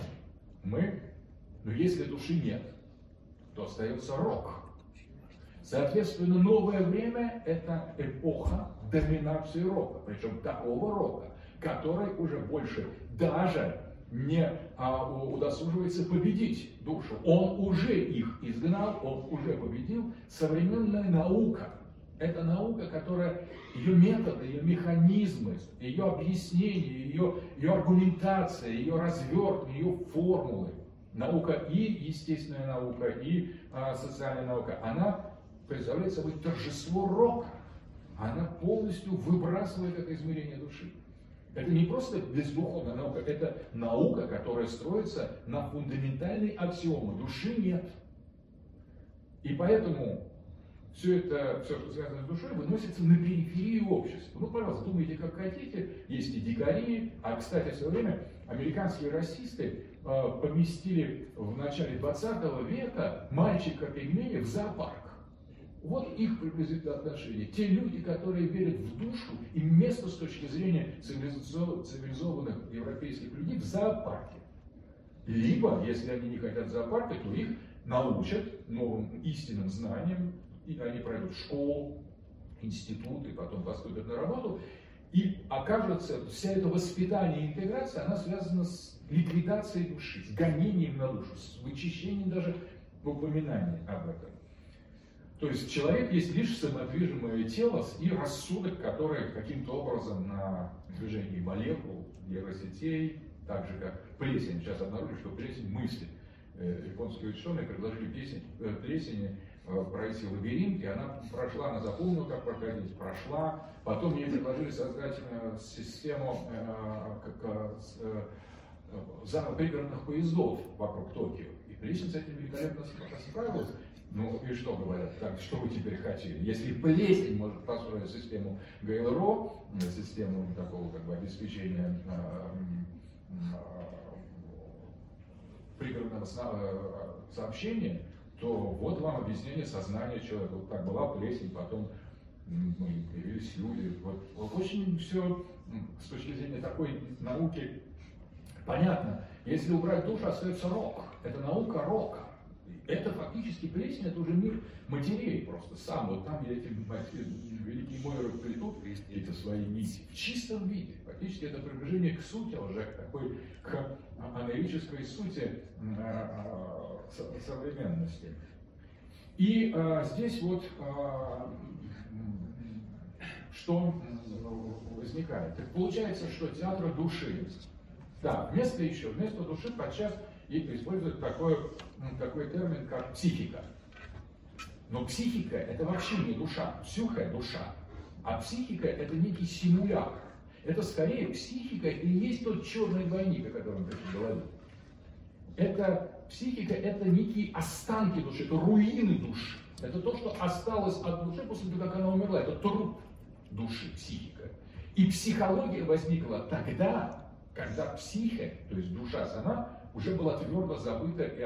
если души нет, то остается рок. Соответственно, новое время – это эпоха доминации рока, причем такого рока, который уже больше даже не удосуживается победить душу. Он уже их изгнал, он уже победил. Современная наука – это наука, которая, ее методы, ее механизмы, ее объяснения, ее аргументация, ее развертывание, ее формулы, наука и естественная наука, и социальная наука, она представляет собой торжество рока. Она полностью выбрасывает это измерение души. Это не просто бездуховная наука, это наука, которая строится на фундаментальной аксиоме. Души нет. И поэтому все, что связано с душой, выносится на периферию общества. Пожалуйста, думайте, как хотите. Есть и дикари. А, кстати, в свое время американские расисты поместили в начале 20 века мальчика-пигмея в зоопарк. Вот их приблизительное отношение. Те люди, которые верят в душу, им место с точки зрения цивилизованных европейских людей в зоопарке. Либо, если они не хотят в зоопарке, то их научат новым истинным знаниям, и они пройдут школу, институт, и потом поступят на работу. И окажется, вся эта воспитание и интеграция, она связана с ликвидацией души, с гонением на душу, с вычищением даже упоминаний об этом. То есть человек есть лишь самодвижимое тело и рассудок, который каким-то образом на движении молекул, нейросетей, так же как плесень. Сейчас обнаружили, что плесень мыслит. Японские ученые предложили плесени пройти лабиринт, и она прошла, она запомнила, как проходить, прошла. Потом ей предложили создать систему пригородных поездов вокруг Токио. И плесень с этим великолепно справилась. И что говорят? Так, что вы теперь хотели? Если плесень может построить систему ГЛРО, систему такого обеспечения пригородного сообщения, то вот вам объяснение сознания человека. Вот так была плесень, потом появились люди. Вот очень все с точки зрения такой науки понятно. Если убрать душу, остается рок. Это наука рока. Это фактически плесень, это уже мир матерей просто. Сам вот там эти великие мойры плетут эти свои нити в чистом виде. Фактически это приближение к сути уже, к такой, к аналитической сути современности. И здесь вот что возникает? Так получается, что театр души, да, вместо души подчас используют такой термин, как психика. Но психика это вообще не душа, псюха душа, а психика это некий симулятор. Это скорее психика и есть тот черный двойник, о котором ты говорил. Это психика, это некие останки души, это руины души. Это то, что осталось от души после того, как она умерла. Это труп души, психика. И психология возникла тогда, когда психика, то есть душа сама, уже была твердо забыта и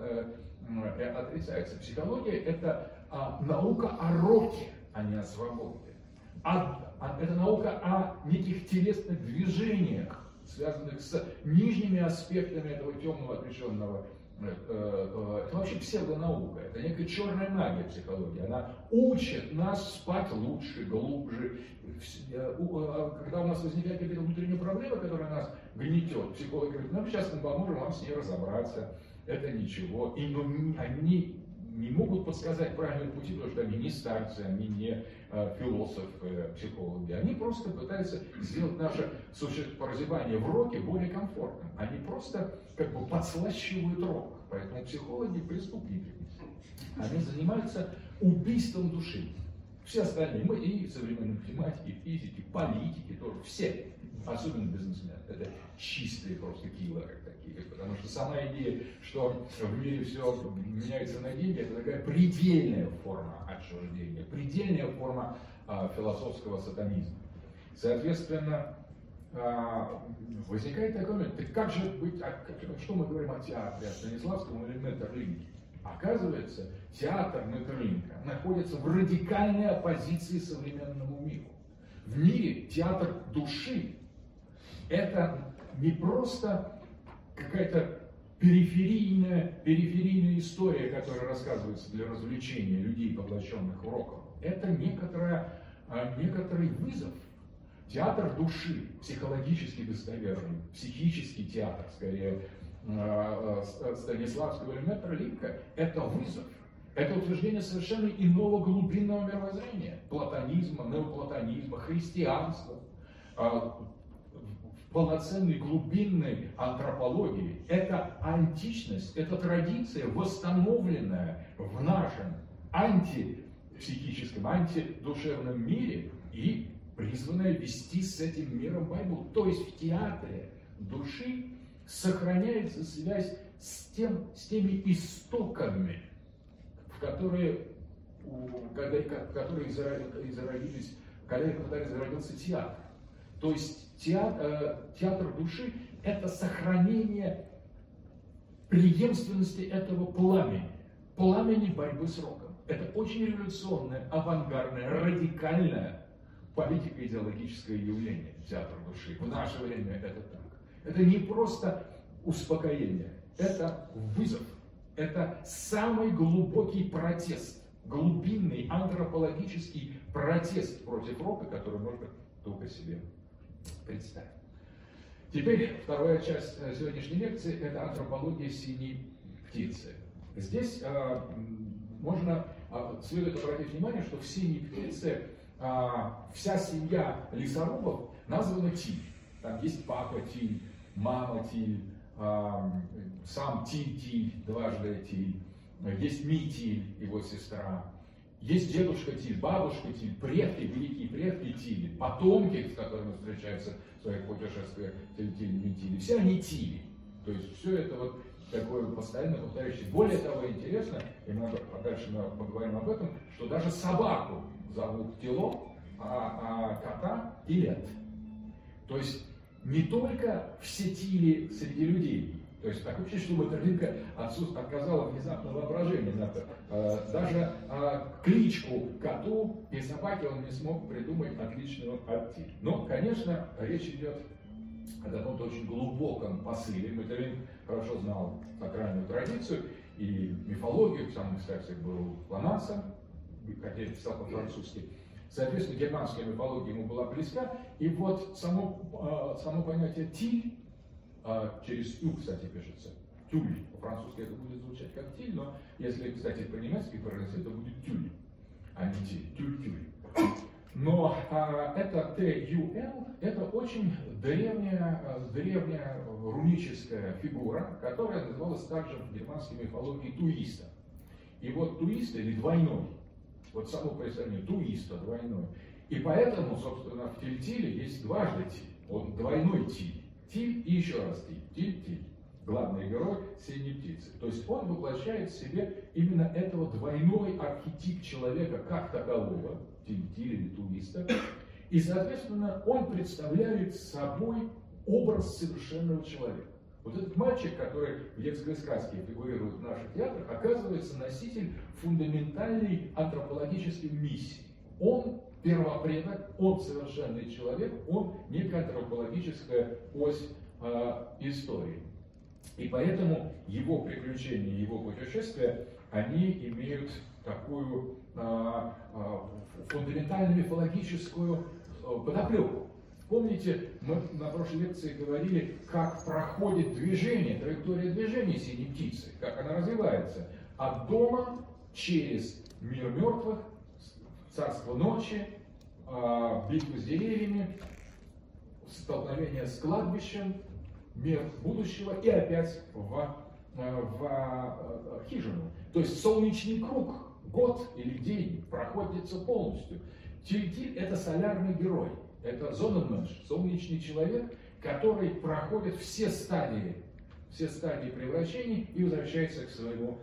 отрицается. Психология – это наука о роке, а не о свободе. Это наука о неких телесных движениях, связанных с нижними аспектами этого темного отрешенного. Это вообще псевдонаука, это некая черная магия психологии. Она учит нас спать лучше, глубже. Когда у нас возникает какая-то внутренняя проблема, которая нас гнетет, психолог говорит, ну сейчас мы поможем вам с ней разобраться, это ничего. И они не могут подсказать правильные пути, потому что они не старцы, они не философы, психологи. Они просто пытаются сделать наше прозябание в роке более комфортным. Они просто как бы подслащивают рок. Поэтому психологи преступники. Они занимаются убийством души. Все остальные, мы и современные математики, физики, политики тоже, все, особенно бизнесмены, это чистые просто киллеры такие, потому что сама идея, что в мире все меняется на деньги, это такая предельная форма отчуждения, предельная форма философского сатанизма. Соответственно, возникает такой момент, так как же быть, что мы говорим о театре, о Станиславском или Метерлинке? Оказывается, театр Метерлинка находится в радикальной оппозиции современному миру. В мире театр души – это не просто какая-то периферийная история, которая рассказывается для развлечения людей, поглощенных уроком. Это некоторый вызов. Театр души, психологически достоверный, психический театр, скорее, Станиславского или Метерлинка, это вызов. Это утверждение совершенно иного глубинного мировоззрения, платонизма, неоплатонизма, христианства, полноценной глубинной антропологии. Это античность, это традиция, восстановленная в нашем антипсихическом, антидушевном мире и призванная вести с этим миром борьбу. То есть в театре души сохраняется связь с теми истоками, которые зародились, когда зародился театр. То есть театр души – это сохранение преемственности этого пламени борьбы с роком. Это очень революционное, авангардное, радикальное политико-идеологическое явление театра души. В наше время это так. Это не просто успокоение, это вызов. Это самый глубокий протест, глубинный антропологический протест против рока, который можно только себе представить. Теперь вторая часть сегодняшней лекции – это антропология синей птицы. Здесь следует обратить внимание, что в синей птице вся семья лесорубов названа Тиль. Там есть папа Тиль, мама Тиль, сам Тиль, дважды Тиль, есть Митиль, его сестра, есть дедушка Тиль, бабушка Тиль, предки, великие предки Тили, потомки, с которыми встречаются в своих путешествиях Тиль, Митиль, все они Тили. То есть все это вот такое постоянно повторяющееся. Более того, интересно, и мы дальше поговорим об этом, что даже собаку зовут Тило, а кота Тилет. То есть не только все Тили среди людей, То есть такое впечатление, что Метерлинка отказала внезапно воображение. Даже кличку коту и собаке он не смог придумать отличную от Тиль. Но, конечно, речь идет о каком-то очень глубоком посыле. Метерлинк хорошо знал сакральную традицию и мифологию, сам, кстати, был фламандцем, хотя писал по-французски. Соответственно, германская мифология ему была близка. И вот само понятие «тиль», через «ю», кстати, пишется, «тюль». По-французски это будет звучать как «тиль», но если, кстати, по-немецки произносить, это будет «тюль», а не «тиль», «тюль-тюль». Но это Т-Ю-Л, это очень древняя руническая фигура, которая называлась также в германской мифологии туиста. И вот туист или двойной, вот само представление туиста двойной. И поэтому, собственно, в Тиль-Тиле есть дважды Тиль, он двойной Тиль. Тиль и еще раз Тиль, Тиль-Тиль. Главный герой синей птицы. То есть он воплощает в себе именно этого двойной архетип человека как такового, Тиль-Тиль или туиста. И, соответственно, он представляет собой образ совершенного человека. Вот этот мальчик, который в детской сказке фигурирует в наших театрах, оказывается носитель фундаментальной антропологической миссии. Он первопредок, он совершенный человек, он некая антропологическая ось истории. И поэтому его приключения, его путешествия, они имеют такую фундаментально-мифологическую подоплеку. Помните, мы на прошлой лекции говорили, как проходит движение, траектория движения синей птицы, как она развивается от дома через мир мертвых, царство ночи, битву с деревьями, столкновение с кладбищем, мир будущего и опять в хижину. То есть солнечный круг, год или день проходится полностью. Тиль-Тиль — это солярный герой. Это Зонненменш, солнечный человек, который проходит все стадии превращений и возвращается к своему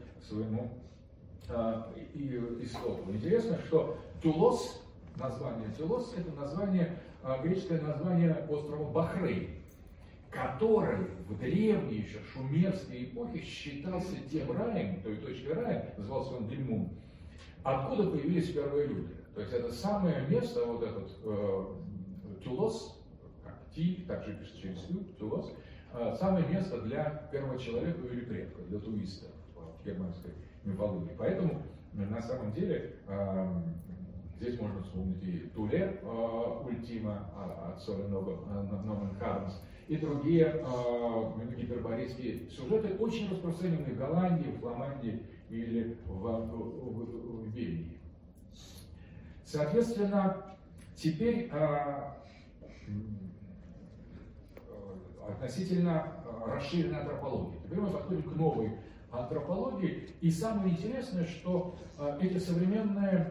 истоку. Интересно, что Тулос, название Тулос, это греческое название острова Бахрейн, который в древней еще шумерской эпохе считался тем раем, той точкой рая, назывался он Дельмун, откуда появились первые люди. То есть это самое место, вот этот Тулос, как Ти, также пишется через Ю, Тулос, самое место для первого человека или предка, для туиста в германской мифологии. Поэтому на самом деле здесь можно вспомнить и Туле, Ультима от Соли Номен Хармс, и другие гиперборейские сюжеты, очень распространенные в Голландии, в Фламандии или в Бельгии. Соответственно, теперь относительно расширенной антропологии. Теперь мы подходим к новой антропологии. И самое интересное, что эти современные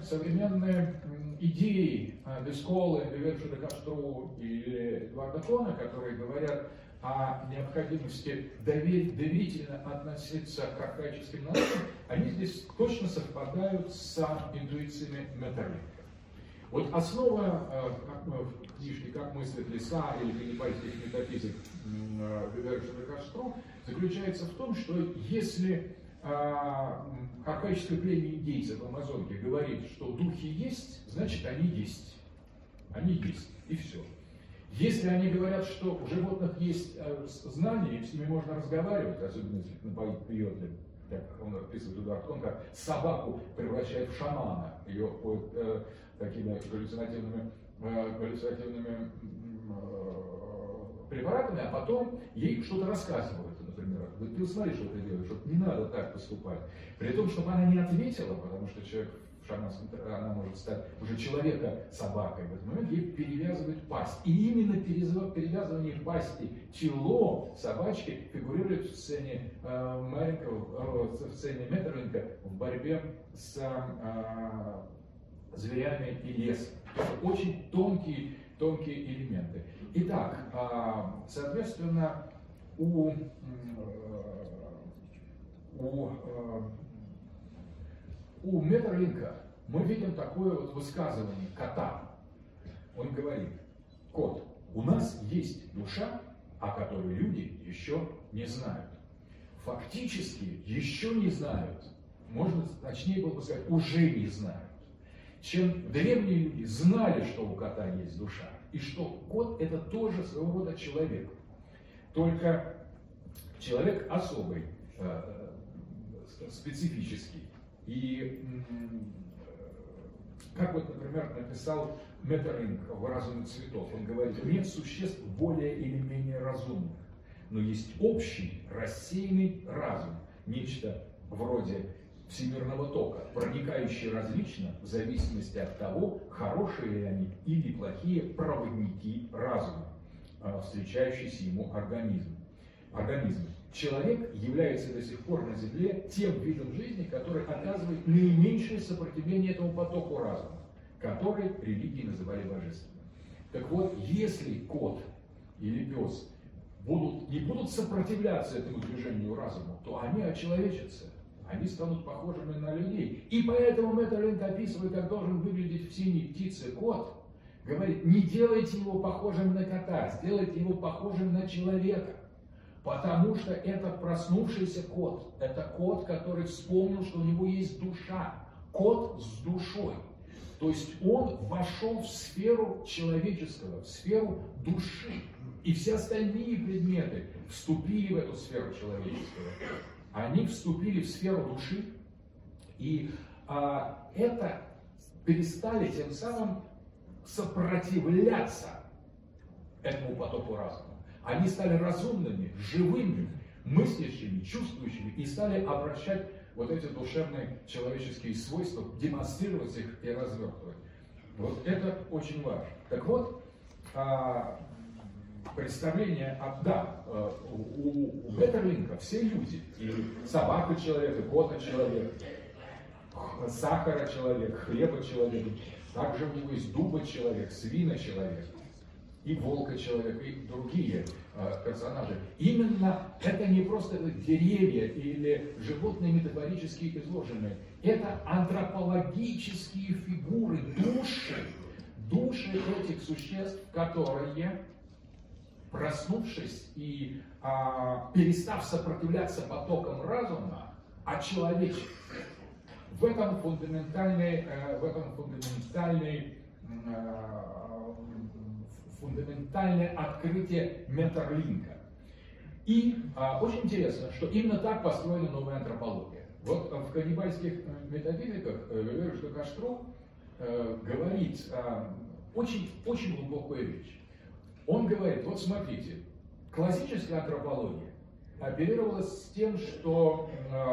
идеи Десколы, Виверши де Кастру или Эдуарда Кона, которые говорят о необходимости доверительно относиться к архаическим народам, они здесь точно совпадают с интуициями Метерлинка. Вот основа, как мы в книжке «Как мыслит лиса» или «Ганнибальских метафизик» Виверши де Кастру заключается в том, что если архаическое племя индейцев в Амазонке говорит, что духи есть, значит они есть. Они есть, и все. Если они говорят, что у животных есть знания, и с ними можно разговаривать, особенно если напоить пьете, как он описывает Эдуард Кон, как собаку превращает в шамана, ее под такими галлюцинативными препаратами, а потом ей что-то рассказывают, например. Ты смотри, что ты делаешь, вот не надо так поступать. При том, чтобы она не ответила, потому что человек в шаманском, она может стать уже человека-собакой в этот момент, ей перевязывают пасть. И именно перевязывание пасти чело собачки фигурирует в сцене в сцене Метерлинка в борьбе с зверями и лесом. Это очень тонкие элементы. Итак, соответственно, у Метерлинка мы видим такое вот высказывание кота. Он говорит: кот, у нас есть душа, о которой люди еще не знают. фактически еще не знают, можно точнее было бы сказать, уже не знают, чем древние люди знали, что у кота есть душа, и что кот это тоже своего рода человек. Только человек особый, специфический. И как вот, например, написал Метерлинк в «Разуме цветов», он говорит, нет существ более или менее разумных, но есть общий рассеянный разум, нечто вроде всемирного тока, проникающий различно в зависимости от того, хорошие ли они или плохие проводники разума, встречающиеся ему организмы. Человек является до сих пор на Земле тем видом жизни, который оказывает наименьшее сопротивление этому потоку разума, который религии называли божественным. Так вот, если кот или пес не будут сопротивляться этому движению разума, то они очеловечатся, они станут похожими на людей. И поэтому Метерлинк, описывая, как должен выглядеть в синей птице кот, говорит, не делайте его похожим на кота, сделайте его похожим на человека. Потому что это проснувшийся кот, это кот, который вспомнил, что у него есть душа, кот с душой. То есть он вошел в сферу человеческого, в сферу души. И все остальные предметы вступили в эту сферу человеческого. Они вступили в сферу души, и это перестали тем самым сопротивляться этому потоку разума. Они стали разумными, живыми, мыслящими, чувствующими и стали обращать вот эти душевные человеческие свойства, демонстрировать их и развертывать. Вот это очень важно. Так вот, представление, у Метерлинка все люди, и собака человек, и кота человек, сахара человек, хлеба человек, также у него есть дуба человек, свина человек, и волка человек, и другие персонажи. Именно это не просто деревья или животные метафорически изложенные, это антропологические фигуры, души этих существ, которые, проснувшись и перестав сопротивляться потокам разума, очеловечили. В этом фундаментальное открытие Метерлинка. И очень интересно, что именно так построена новая антропология. Вот в каннибальских метафизиках Виверштейн Каштру говорит очень глубокую вещь. Он говорит, вот смотрите, классическая антропология оперировала с тем, что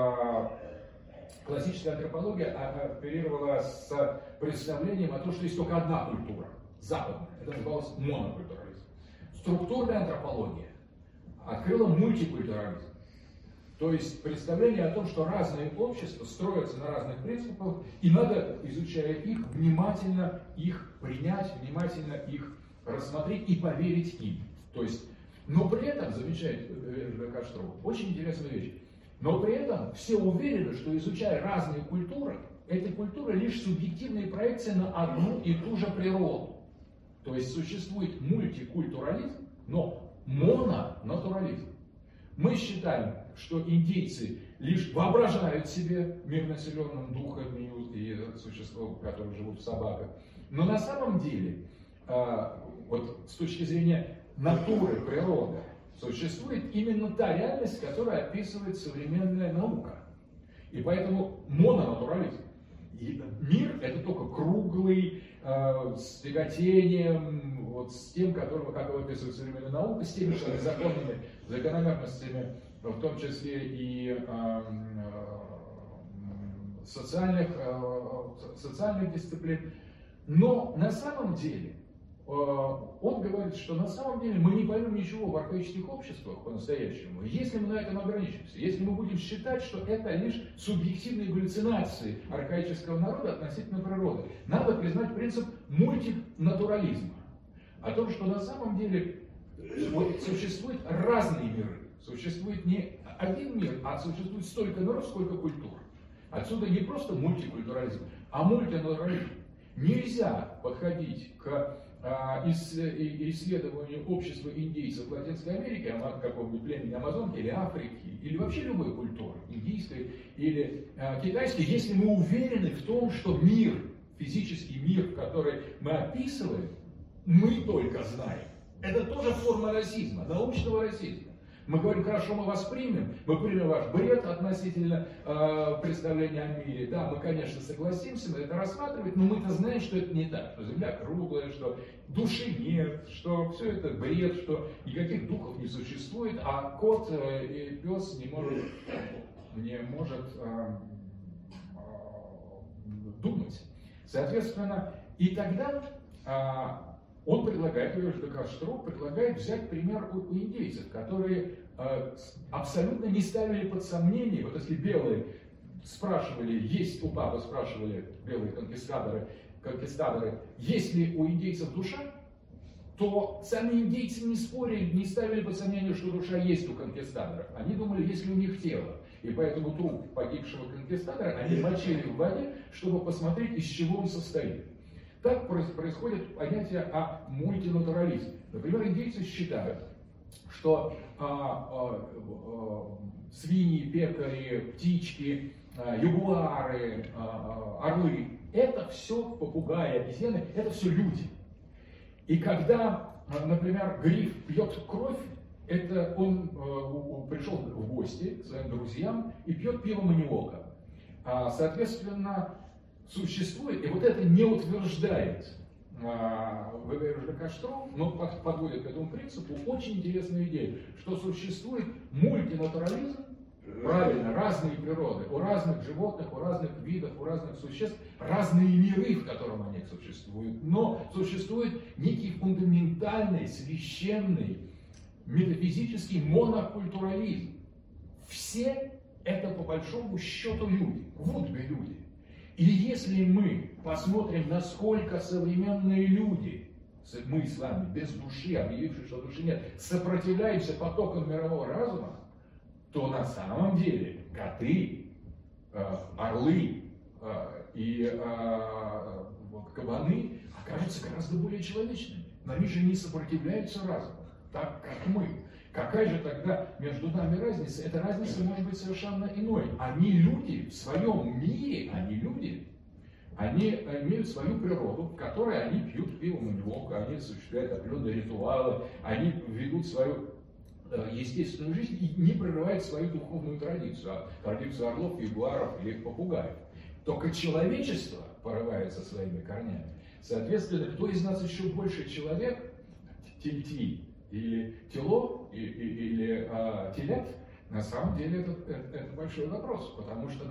с представлением о том, что есть только одна культура, западная. Это называлось монокультурализм. Структурная антропология открыла мультикультурализм. То есть представление о том, что разные общества строятся на разных принципах, и надо, изучая их, внимательно их принять, внимательно их рассмотреть и поверить им. То есть, но при этом, замечает Каштру, очень интересная вещь, но при этом все уверены, что изучая разные культуры, эти культуры лишь субъективные проекции на одну и ту же природу. То есть существует мультикультурализм, но мононатурализм. Мы считаем, что индейцы лишь воображают себе мир, населенным духами и существом, которые живут в собаках. Но на самом деле, вот с точки зрения натуры, природы, существует именно та реальность, которую описывает современная наука. И поэтому мононатурализм. И мир это только круглый, с тяготением, вот с тем, как его описывает современная наука, с теми же законами, закономерностями, в том числе и социальных дисциплин. Но на самом деле, он говорит, что на самом деле мы не поймем ничего в архаических обществах по-настоящему, если мы на этом ограничимся, если мы будем считать, что это лишь субъективные галлюцинации архаического народа относительно природы. Надо признать принцип мультинатурализма, о том, что на самом деле существуют разные миры, существует не один мир, а существует столько миров, сколько культур. Отсюда не просто мультикультурализм, а мультинатурализм. Нельзя подходить к исследованию общества индейцев в Латинской Америке, какого-нибудь племени Амазонки или Африки, или вообще любой культуры, индийской или китайской, если мы уверены в том, что мир, физический мир, который мы описываем, мы только знаем. Это тоже форма расизма, научного расизма. Мы говорим, хорошо, мы вас примем, мы примем ваш бред относительно представления о мире. Да, мы, конечно, согласимся на это рассматривать, но мы-то знаем, что это не так, что Земля круглая, что души нет, что все это бред, что никаких духов не существует, а кот и пес не может думать. Соответственно, и тогда он предлагает, Жорж Кастро предлагает взять пример у индейцев, которые абсолютно не ставили под сомнение, вот если белые спрашивали, есть у папы, спрашивали белые конкистадоры, есть ли у индейцев душа, то сами индейцы не спорили, не ставили под сомнение, что душа есть у конкистадоров. Они думали, есть ли у них тело. И поэтому труп погибшего конкистадора они мочили в воде, чтобы посмотреть, из чего он состоит. Так происходит понятие о мультинатурализме. Например, индейцы считают, что свиньи, пекари, птички, ягуары, орлы, это все попугаи, обезьяны, это все люди. И когда, например, гриф пьет кровь, это он пришел в гости к своим друзьям и пьет пиво маниока. Соответственно, существует, и вот это не утверждает Жорж Кастро, но подводит к этому принципу очень интересную идею, что существует мультинатурализм, правильно, разные природы, у разных животных, у разных видов, у разных существ, разные миры, в котором они существуют, но существует некий фундаментальный, священный, метафизический монокультурализм. Все это по большому счету люди, вудби люди. И если мы посмотрим, насколько современные люди, мы с вами без души, объявившие, что души нет, сопротивляемся потокам мирового разума, то на самом деле коты, орлы и кабаны окажутся гораздо более человечными. Но они же не сопротивляются разуму, так как мы. Какая же тогда между нами разница? Эта разница может быть совершенно иной. Они люди в своем мире, они люди. Они имеют свою природу, в которой они пьют пиво маниока, они осуществляют определенные ритуалы, они ведут свою естественную жизнь и не прерывают свою духовную традицию, традицию орлов, ягуаров или попугаев. Только человечество порывается своими корнями. Соответственно, кто из нас еще больше человек, тельти, или тело, или телят, на самом деле это большой вопрос, потому что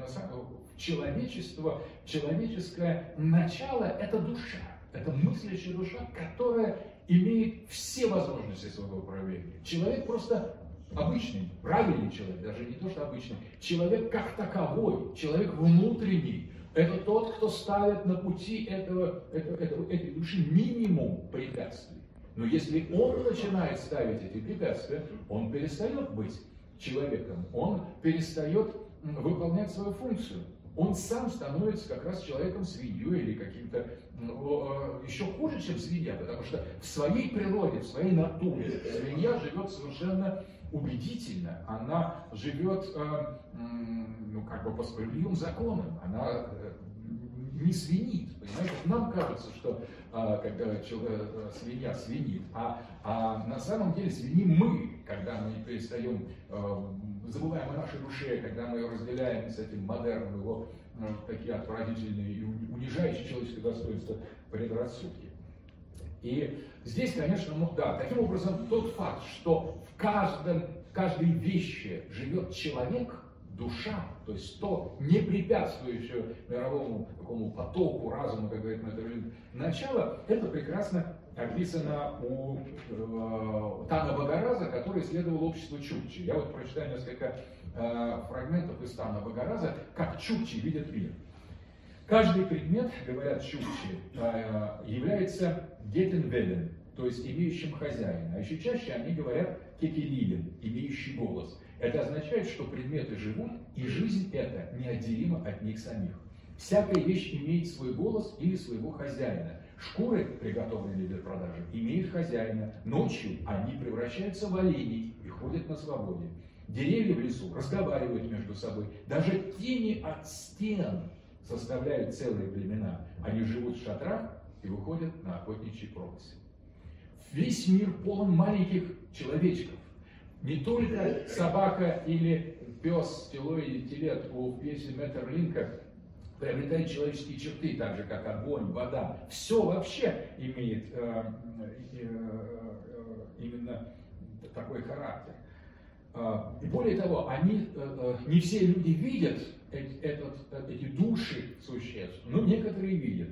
человеческое начало – это душа, это мыслящая душа, которая имеет все возможности своего проявления. Человек просто обычный, правильный человек, даже не то, что обычный, человек как таковой, человек внутренний. Это тот, кто ставит на пути этой души минимум препятствий. Но если он начинает ставить эти препятствия, он перестает быть человеком, он перестает выполнять свою функцию. Он сам становится как раз человеком-свиньей или каким-то еще хуже, чем свинья, потому что в своей природе, в своей натуре свинья живет совершенно убедительно, она живет как бы по справедливым законам, она не свинит, понимаете? Нам кажется, что когда свинья свинит, а на самом деле свиним мы, когда мы перестаем, забываем о нашей душе, когда мы ее разделяем с этим модерном, его такие отвратительные и унижающие человеческое достоинство предрассудки. И здесь, конечно, таким образом тот факт, что в каждой вещи живет человек, душа, то есть то, не препятствующее мировому такому потоку разума, как говорит Мэтр, начало, это прекрасно описано у Тана Багараза, который исследовал общество Чукчи. Я вот прочитаю несколько фрагментов из Тана Багараза, как Чукчи видят мир. Каждый предмет, говорят Чукчи, является гетенвелен, то есть имеющим хозяина. А еще чаще они говорят кекелилен, имеющий голос. Это означает, что предметы живут, и жизнь эта неотделима от них самих. Всякая вещь имеет свой голос или своего хозяина. Шкуры, приготовленные для продажи, имеют хозяина. Ночью они превращаются в оленей и ходят на свободе. Деревья в лесу разговаривают между собой. Даже тени от стен составляют целые племена. Они живут в шатрах и выходят на охотничьи промыслы. Весь мир полон маленьких человечков. Не только собака или пес, тело или телет у песни Метерлинка приобретает человеческие черты, так же как огонь, вода. Все вообще имеет именно такой характер. И более того, не все люди видят эти души существ, но некоторые видят.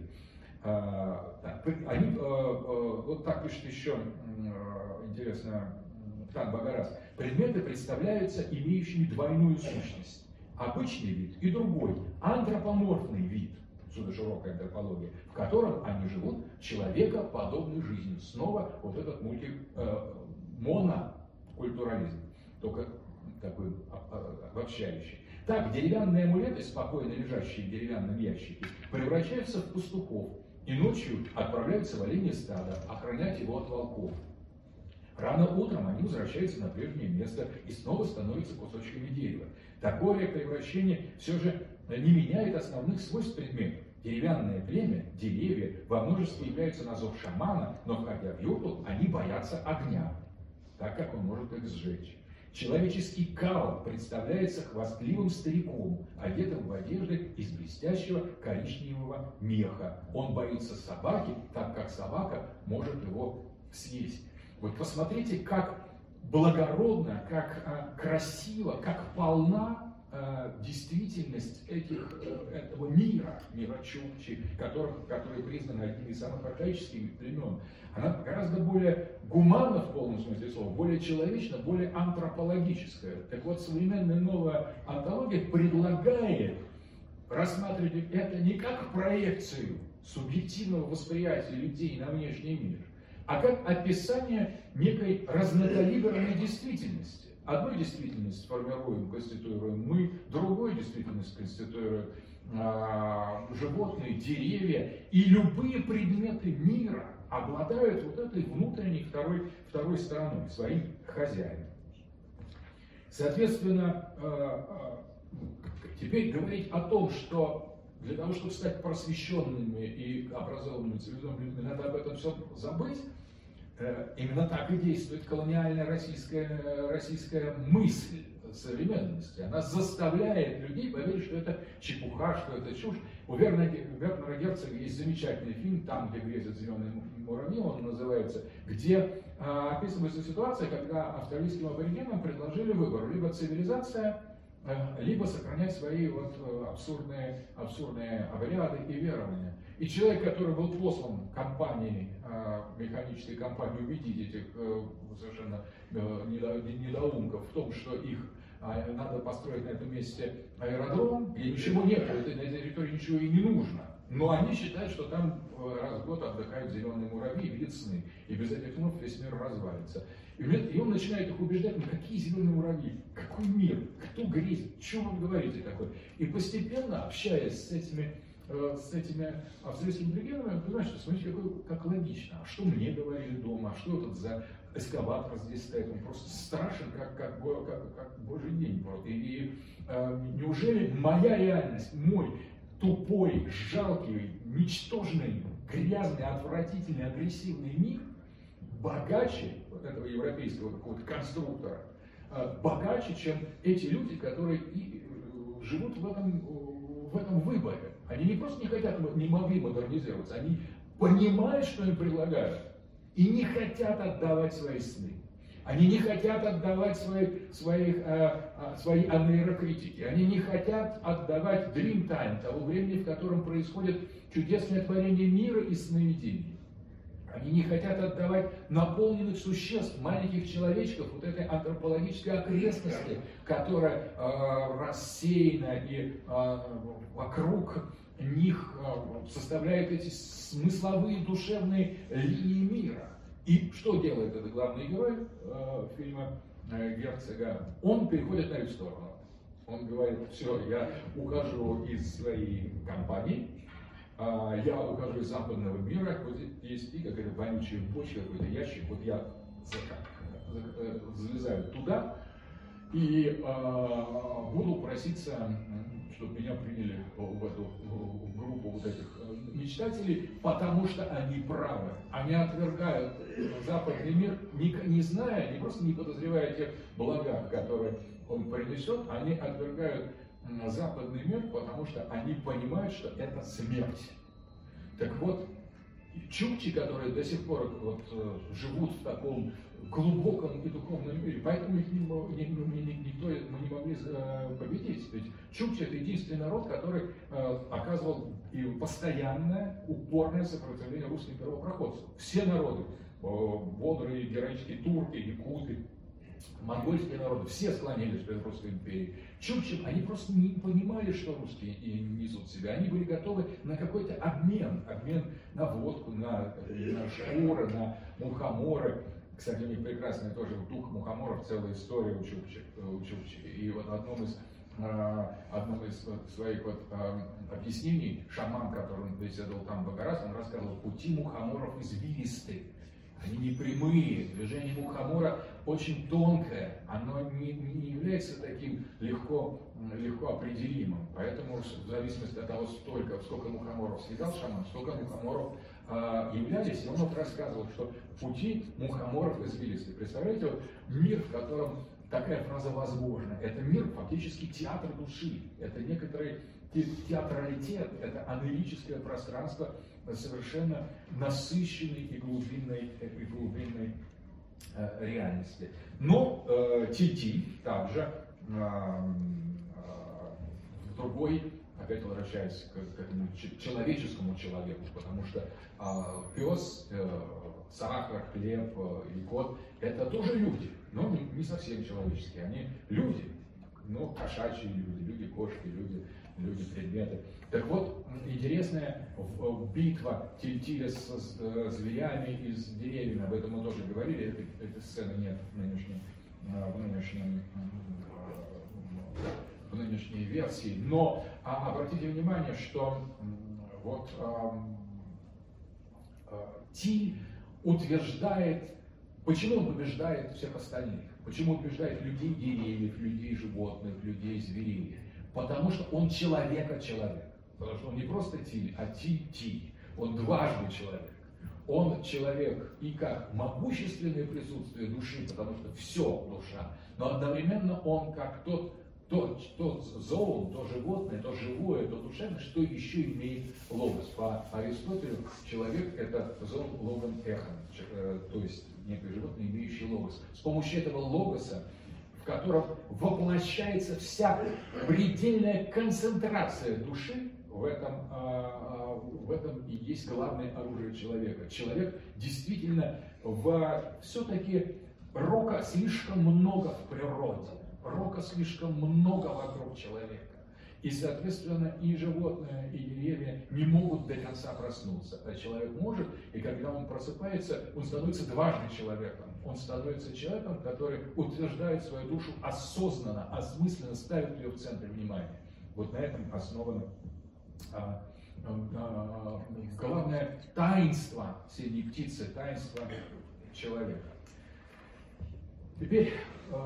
Они, вот так пишет еще, интересно, Тан Багарас, предметы представляются имеющими двойную сущность. Обычный вид и другой, антропоморфный вид, отсюда широкая антропология, в котором они живут человекоподобной жизнью. Снова вот этот монокультурализм, только такой обобщающий. Так, деревянные амулеты, спокойно лежащие в деревянном ящике, превращаются в пастухов и ночью отправляются в оленье стадо охранять его от волков. Рано утром они возвращаются на прежнее место и снова становятся кусочками дерева. Такое превращение все же не меняет основных свойств предметов. Деревянное племя, деревья во множестве являются на зов шамана, но входя в юрту, они боятся огня, так как он может их сжечь. Человеческий кал представляется хвастливым стариком, одетым в одежды из блестящего коричневого меха. Он боится собаки, так как собака может его съесть. Вот посмотрите, как благородно, как красиво, как полна действительность этого мира чукчи, которые признаны одними из самых архаических племен. Она гораздо более гуманна в полном смысле слова, более человечна, более антропологическая. Так вот, современная новая антология предлагает рассматривать это не как проекцию субъективного восприятия людей на внешний мир, а как описание некой разнокалиберной действительности. Одну действительность формируем, конституируем мы, другую действительность конституируют животные, деревья, и любые предметы мира обладают вот этой внутренней второй стороной, своим хозяином. Соответственно, теперь говорить о том, что для того, чтобы стать просвещенными и образованными цивилизованными людьми, надо об этом все забыть. Именно так и действует колониальная российская мысль современности. Она заставляет людей поверить, что это чепуха, что это чушь. У Вернера Герцога есть замечательный фильм «Там, где грезят зеленые муравьи», он называется, где описывается ситуация, когда австралийским аборигенам предложили выбор: либо цивилизация, либо сохранять свои абсурдные обряды и верования. И человек, который был послан механической компанией убедить этих совершенно недоумков в том, что их надо построить на этом месте аэродром, где ничего нет, на этой территории ничего и не нужно. Но они считают, что там раз в год отдыхают зеленые муравьи и видят сны. И без этих снов весь мир развалится. И он начинает их убеждать: ну какие зеленые муравьи, какой мир, кто грезит, о чем вы говорите такое. И постепенно, общаясь с этими австралийскими аборигенами, вы понимаете, что смотрите, как логично. А что мне говорили дома, а что этот за эскаватор здесь стоит? Он просто страшен, как божий день. И неужели моя реальность, мой тупой, жалкий, ничтожный, грязный, отвратительный, агрессивный мир богаче вот этого европейского какого-то конструктора, богаче, чем эти люди, которые живут в этом выборе. Они не просто не могли модернизироваться, они понимают, что им предлагают, и не хотят отдавать свои сны. Они не хотят отдавать свои анейрокритики. Они не хотят отдавать dream time, того времени, в котором происходит чудесное творение мира и сновидений. Они не хотят отдавать наполненных существ, маленьких человечков, вот этой антропологической окрестности, которая рассеяна и вокруг них составляет эти смысловые, душевные линии мира. И что делает этот главный герой фильма Герцога? Он переходит на их сторону. Он говорит: все, я ухожу из своей компании, я ухожу из западного мира, вот есть какая-то вонючая бочка, какой-то ящик, вот я залезаю туда, И буду проситься, чтобы меня приняли в эту группу вот этих мечтателей, потому что они правы. Они отвергают западный мир, не зная, не просто не подозревая тех благах, которые он принесет, они отвергают западный мир, потому что они понимают, что это смерть. Так вот, чукчи, которые до сих пор вот, живут в таком глубоком и духовном мире, поэтому их никто мы не могли победить. Ведь чукчи — это единственный народ, который оказывал и постоянное, упорное сопротивление русским первопроходцам. Все народы, бодрые, героические турки, якуты, монгольские народы, все склонились перед Русской империей. Чукчи, они просто не понимали, что русские несут в себя. Они были готовы на какой-то обмен на водку, на шкуры, на мухоморы. Кстати, у них прекрасный тоже дух мухоморов, целая история у чукчи. И вот в одном из своих вот, объяснений шаман, который он беседовал там в Багарас, он рассказывал, пути мухоморов извилисты. Они не прямые, движение мухомора очень тонкое, оно не является таким легко определимым. Поэтому в зависимости от того, сколько мухоморов съедал шаман, столько мухоморов являлись. И он вот рассказывал, что пути мухоморов извилисты. Представляете, вот мир, в котором такая фраза возможна. Это мир фактически театр души. Это некоторый театралитет, это анерическое пространство, совершенно насыщенной и глубинной реальности. Но Тити также в другой, опять возвращаясь к этому человеческому человеку, потому что пес, сахар, хлеб и кот — это тоже люди, но не совсем человеческие, они люди, но кошачьи люди, кошки, люди предметы. Так вот, интересная битва Тильтиля с зверями и с деревьями, об этом мы тоже говорили, этой сцены нет в нынешней версии, но обратите внимание, что вот Тиль утверждает, почему он побеждает всех остальных, почему он побеждает людей деревьев, людей животных, людей зверей. Потому что он человека-человек. Потому что он не просто Тиль, а Тиль. Он дважды человек. Он человек и как могущественное присутствие души, потому что все душа, но одновременно он как тот зоон, то животное, то живое, то душевное, что еще имеет логос. По Аристотелю человек — это зоон логон эхом, то есть некое животное, имеющее логос. С помощью этого логоса, в котором воплощается вся предельная концентрация души, в этом и есть главное оружие человека. Человек действительно все-таки рока слишком много в природе, рока слишком много вокруг человека. И, соответственно, и животные, и деревья не могут до конца проснуться. А человек может, и когда он просыпается, он становится дважды человеком. Он становится человеком, который утверждает свою душу осознанно, осмысленно, ставит ее в центр внимания. Вот на этом основано главное таинство синей птицы, таинство человека. Теперь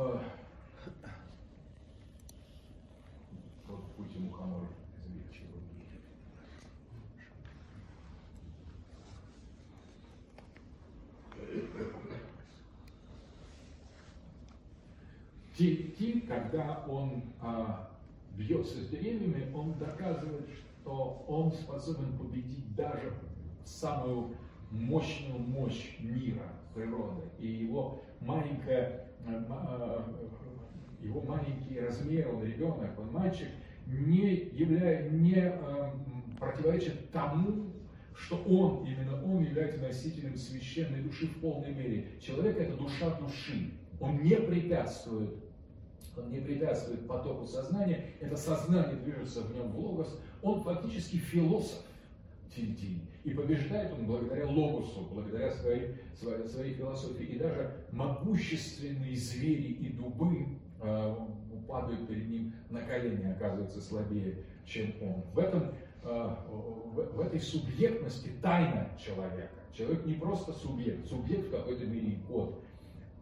вот пути мухомора извлечь. Тиль, когда он бьется с деревьями, он доказывает, что он способен победить даже самую мощную мощь мира, природы. И его маленький размер, он ребенок, он мальчик, не противоречит тому, что именно он является носителем священной души в полной мере. Человек — это душа души. Он не препятствует потоку сознания, это сознание движется в нем в логос, он фактически философ Тильтиль, и побеждает он благодаря логосу, благодаря своей философии, и даже могущественные звери и дубы падают перед ним на колени, оказываются слабее, чем он. В этой субъектности тайна человека. Человек не просто субъект в какой-то мере кот.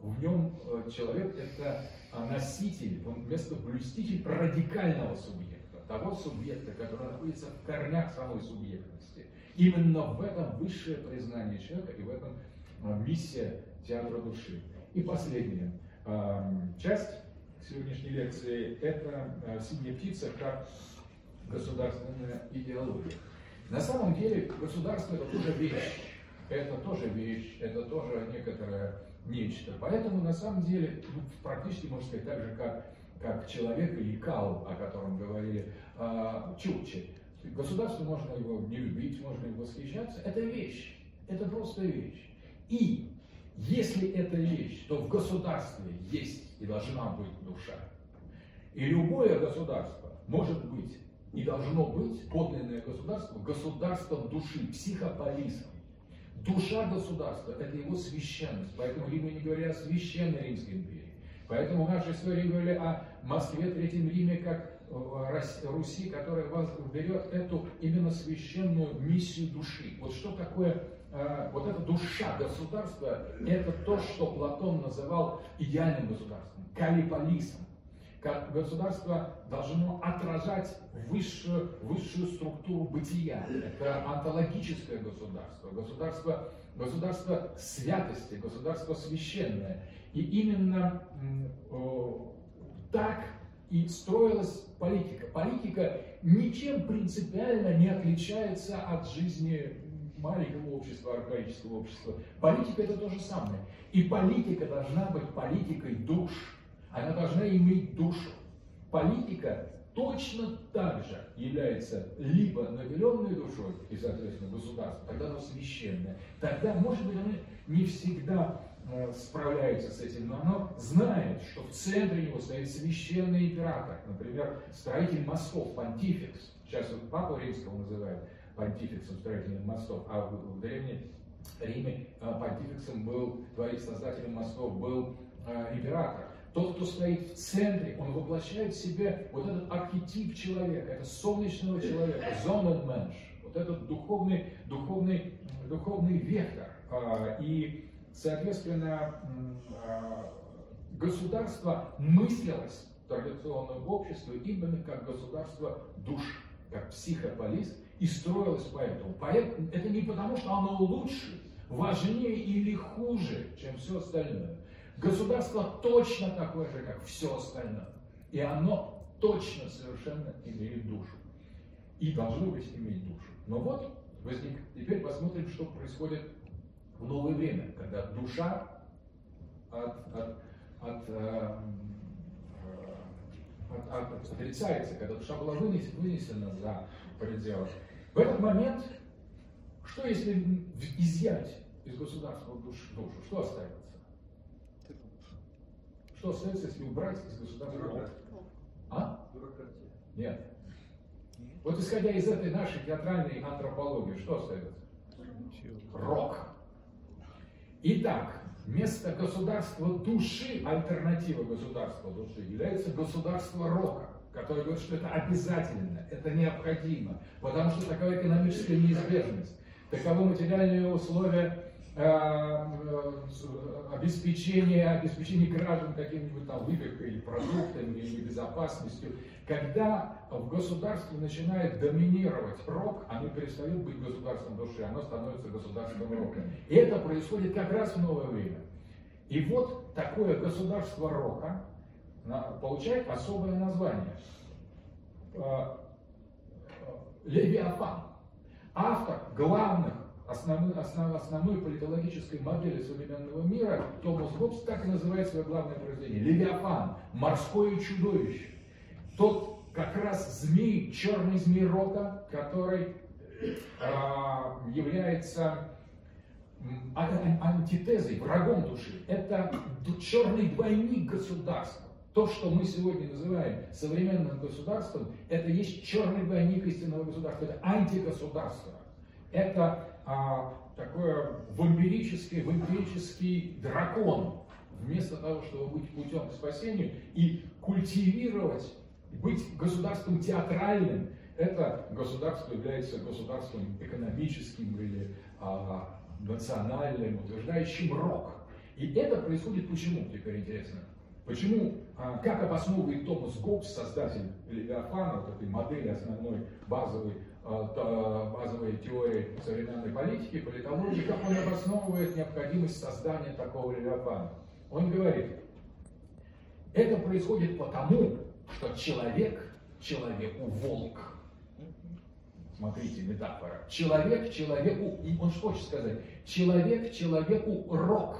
в нем человек это носитель, он вместо блюститель радикального субъекта, того субъекта, который находится в корнях самой субъектности. Именно в этом высшее признание человека и в этом миссия театра души. И последняя часть сегодняшней лекции – это «Синяя птица» как государственная идеология. На самом деле государство – это тоже вещь, это тоже некоторое нечто. Поэтому на самом деле практически можно сказать так же, как человек или кал, о котором говорили Чукчи. Государство, можно его не любить, можно его восхищаться, это вещь, это просто вещь. И если это вещь, то в государстве есть и должна быть душа. И любое государство может быть и должно быть подлинное государство государством души, психополисом. Душа государства – это его священность. Поэтому римляне говорили о священной Римской империи. Поэтому в нашей истории говорили о Москве, Третьем Риме, как Руси, которая берет эту именно священную миссию души. Вот что такое, вот эта душа государства, это то, что Платон называл идеальным государством, калиполисом. Государство должно отражать высшую структуру бытия. Это онтологическое государство, государство святости, государство священное. И именно так и строилась политика. Политика ничем принципиально не отличается от жизни маленького общества, архаического общества. Политика – это то же самое. И политика должна быть политикой душ. Она должна иметь душу. Политика точно так же является либо наделенной душой, и, соответственно, государство, тогда оно священное. Тогда, может быть, оно не всегда справляется с этим, но оно знает, что в центре него стоит священный император, например, строитель мостов, понтификс. Сейчас вот Папу Римского называют понтификсом, строителем мостов, а в Древнем Риме понтификсом был, создателем мостов был император. Тот, кто стоит в центре, он воплощает в себе вот этот архетип человека, это солнечного человека, Sonnenmensch, вот этот духовный вектор. И, соответственно, государство мыслилось в традиционном обществе именно как государство душ, как психополис, и строилось поэтому. Это не потому, что оно лучше, важнее или хуже, чем все остальное. Государство точно такое же, как все остальное. И оно точно совершенно имеет душу. И должно быть иметь душу. Но вот теперь посмотрим, что происходит в новое время, когда душа отрицается, когда душа была вынесена за пределы. В этот момент, что если изъять из государства душу? Что останется? Что остается, если убрать из государства? Бюрократия. Нет. Вот исходя из этой нашей театральной антропологии, что остается? Рок. Итак, вместо государства души, альтернатива государства души, является государство рока, которое говорит, что это обязательно, это необходимо, потому что такова экономическая неизбежность, таковы материальные условия обеспечение граждан каким-нибудь там выпивкой или продуктами, или безопасностью. Когда в государстве начинает доминировать рок, оно перестает быть государством души, оно становится государством рока. И это происходит как раз в новое время. И вот такое государство рока получает особое название. Левиафан. Автор основной политологической модели современного мира, Томас Гоббс так и называет свое главное произведение. Левиафан, морское чудовище. Тот как раз змей, черный змей рока, который является антитезой, врагом души. Это черный двойник государства. То, что мы сегодня называем современным государством, это есть черный двойник истинного государства. Это антигосударство. Это такой вампирический дракон, вместо того, чтобы быть путем к спасению и культивировать, быть государством театральным, это государство является государством экономическим или национальным, утверждающим рок. И это происходит почему, теперь интересно. Почему, как обосновывает Томас Гоббс, создатель Левиафана, вот этой модели основной базовой теории современной политики, политологии, как он обосновывает необходимость создания такого Левиафана. Он говорит, это происходит потому, что человеку волк. Смотрите, метафора. Человек человеку, он что хочет сказать? Человек человеку рок.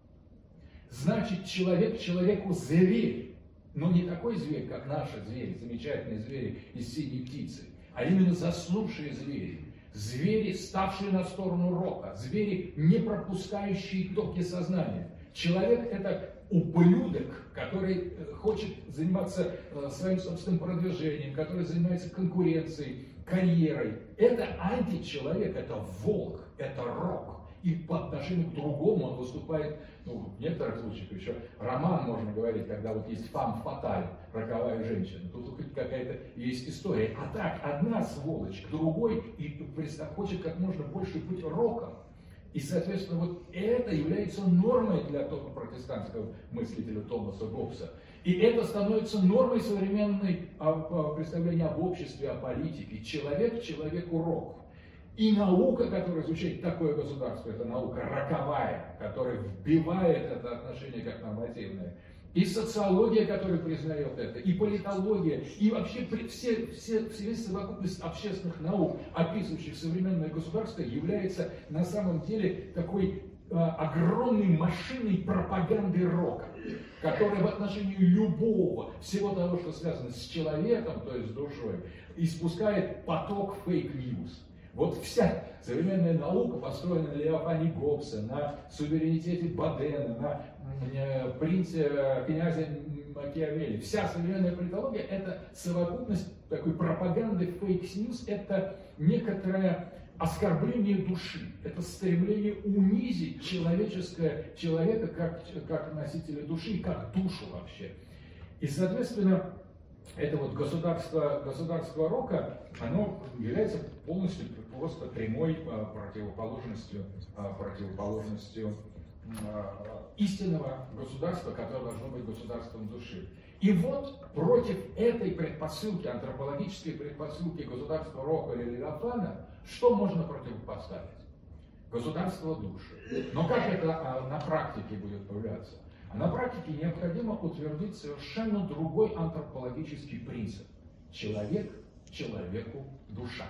Значит, человек человеку зверь. Но не такой зверь, как наши звери, замечательные звери из синей птицы, а именно заснувшие звери. Звери, ставшие на сторону рока. Звери, не пропускающие токи сознания. Человек – это ублюдок, который хочет заниматься своим собственным продвижением, который занимается конкуренцией, карьерой. Это античеловек, это волк, это рок. И по отношению к другому он выступает, в некоторых случаях еще роман можно говорить, когда вот есть фам фаталь, роковая женщина. Тут хоть какая-то есть история. А так, одна сволочь к другой и хочет как можно больше быть роком. И, соответственно, вот это является нормой для того протестантского мыслителя Томаса Гоббса. И это становится нормой современной представления об обществе, о политике. Человек человеку рок. И наука, которая изучает такое государство, это наука роковая, которая вбивает это отношение как нормативное. И социология, которая признает это, и политология, и вообще весь совокупность общественных наук, описывающих современное государство, является на самом деле такой огромной машиной пропаганды рока, которая в отношении любого, всего того, что связано с человеком, то есть с душой, испускает поток фейк-ньюс. Вот вся современная наука построена на Левиафане Гоббса, на суверенитете Бодена, на принце князя Макиавелли. Вся современная политология – это совокупность такой пропаганды фейк-ньюс, это некоторое оскорбление души, это стремление унизить человека как носителя души, как душу вообще. И, соответственно, это вот государство рока, оно является полностью просто прямой противоположностью истинного государства, которое должно быть государством души. И вот против этой предпосылки, антропологической предпосылки государства рока или Левиафана, что можно противопоставить? Государство души. Но как это на практике будет появляться? А на практике необходимо утвердить совершенно другой антропологический принцип. Человек человеку душа.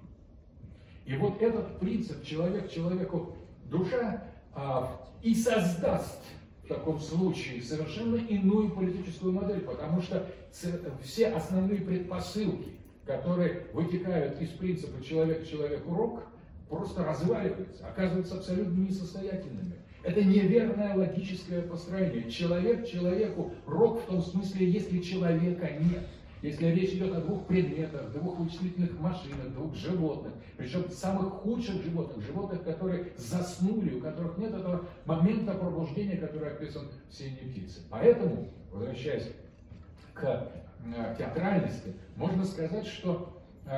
И вот этот принцип человек человеку душа и создаст в таком случае совершенно иную политическую модель, потому что все основные предпосылки, которые вытекают из принципа человек человеку рок, просто разваливаются, оказываются абсолютно несостоятельными. Это неверное логическое построение. Человек человеку рок в том смысле, если человека нет. Если речь идет о двух предметах, двух вычислительных машинах, двух животных, причем самых худших животных, которые заснули, у которых нет этого момента пробуждения, который описан в «Синей птице». Поэтому, возвращаясь к театральности, можно сказать, что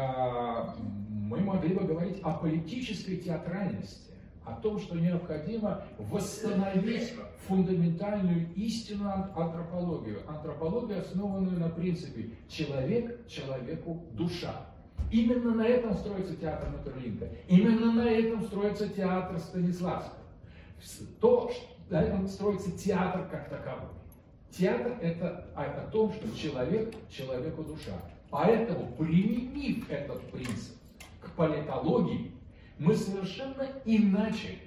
мы могли бы говорить о политической театральности, о том, что необходимо восстановить фундаментальную истинную антропологию, основанную на принципе «человек человеку душа». Именно на этом строится театр Метерлинка, именно на этом строится театр Станиславского. На этом строится театр как таковой. Театр – это о том, что человек человеку душа. Поэтому, применив этот принцип к политологии, мы совершенно иначе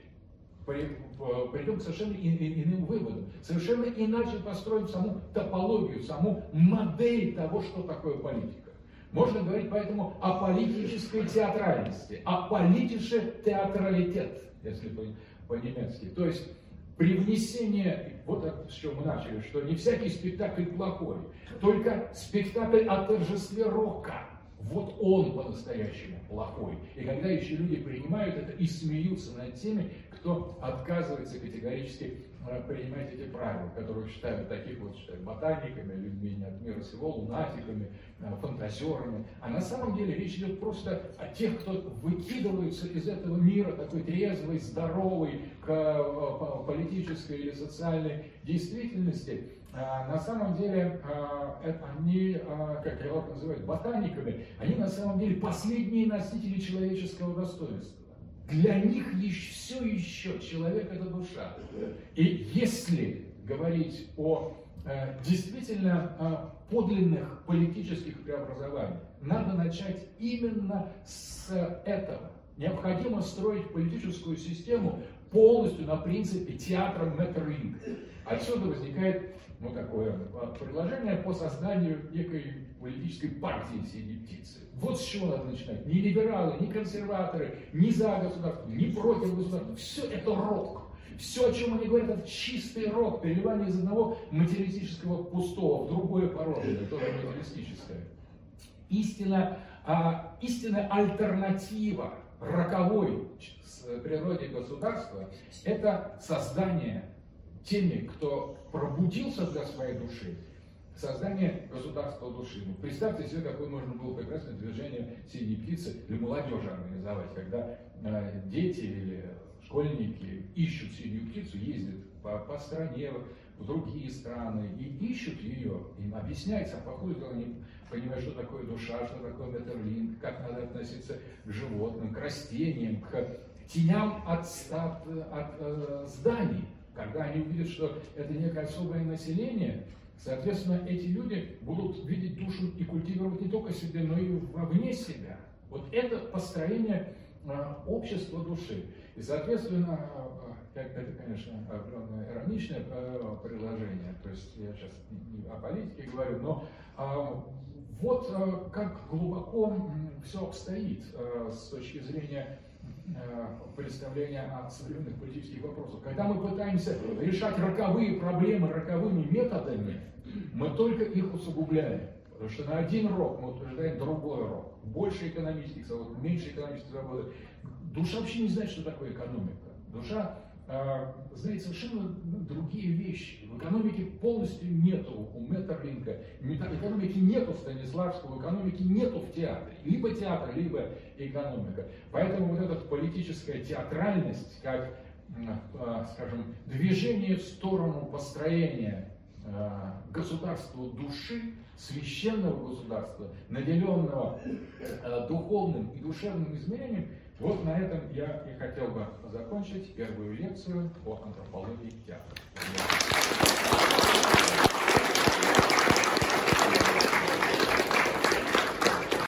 придем к совершенно иным выводам, совершенно иначе построим саму топологию, саму модель того, что такое политика. Можно говорить поэтому о политической театральности, о политische театралитет, если по-немецки. То есть привнесение, вот с чего мы начали, что не всякий спектакль плохой, только спектакль о торжестве рока. Вот он по-настоящему плохой. И когда еще люди принимают это и смеются над теми, кто отказывается категорически принимать эти правила, которых считают таких вот считают ботаниками, людьми не от мира сего, лунатиками, фантазерами. А на самом деле речь идет просто о тех, кто выкидывается из этого мира такой трезвый, здоровый к политической или социальной действительности. На самом деле они, как Релак называет, ботаниками, они на самом деле последние носители человеческого достоинства. Для них все еще человек — это душа. И если говорить о действительно подлинных политических преобразованиях, надо начать именно с этого. Необходимо строить политическую систему полностью на принципе театра Метерлинка. Отсюда возникает такое предложение по созданию некой политической партии синей птицы. Вот с чего надо начинать. Ни либералы, ни консерваторы, ни за государство, ни против государства. Все это рок. Все, о чем они говорят, это чистый рок, переливание из одного материалистического пустого в другое порожнее, тоже материалистическое. Истинная альтернатива роковой природе государства — это создание теми, кто пробудился для своей души, создание государства души. Представьте себе, какое можно было прекрасное движение синей птицы для молодежи организовать, когда дети или школьники ищут синюю птицу, ездят по стране, в другие страны и ищут ее, им объясняется, а по ходу они понимают, что такое душа, что такое Метерлинк, как надо относиться к животным, к растениям, к теням от зданий. Когда они увидят, что это некое особое население, соответственно, эти люди будут видеть душу и культивировать не только себе, но и вовне себя. Вот это построение общества души. И, соответственно, это, конечно, определенное ироничное предложение, то есть я сейчас не о политике говорю, но вот как глубоко все обстоит с точки зрения представления о современных политических вопросах. Когда мы пытаемся решать роковые проблемы роковыми методами, мы только их усугубляем. Потому что на один рок мы утверждаем другой рок. Больше экономических свобод, меньше экономических свобод. Душа вообще не знает, что такое экономика. Душа знает совершенно другие вещи. В экономике полностью нету у Метерлинка, экономики нету Станиславского, экономики нету в театре. Либо театр, либо экономика. Поэтому вот эта политическая театральность, как, скажем, движение в сторону построения государства души, священного государства, наделенного духовным и душевным измерением, вот на этом я и хотел бы закончить первую лекцию по антропологии театра.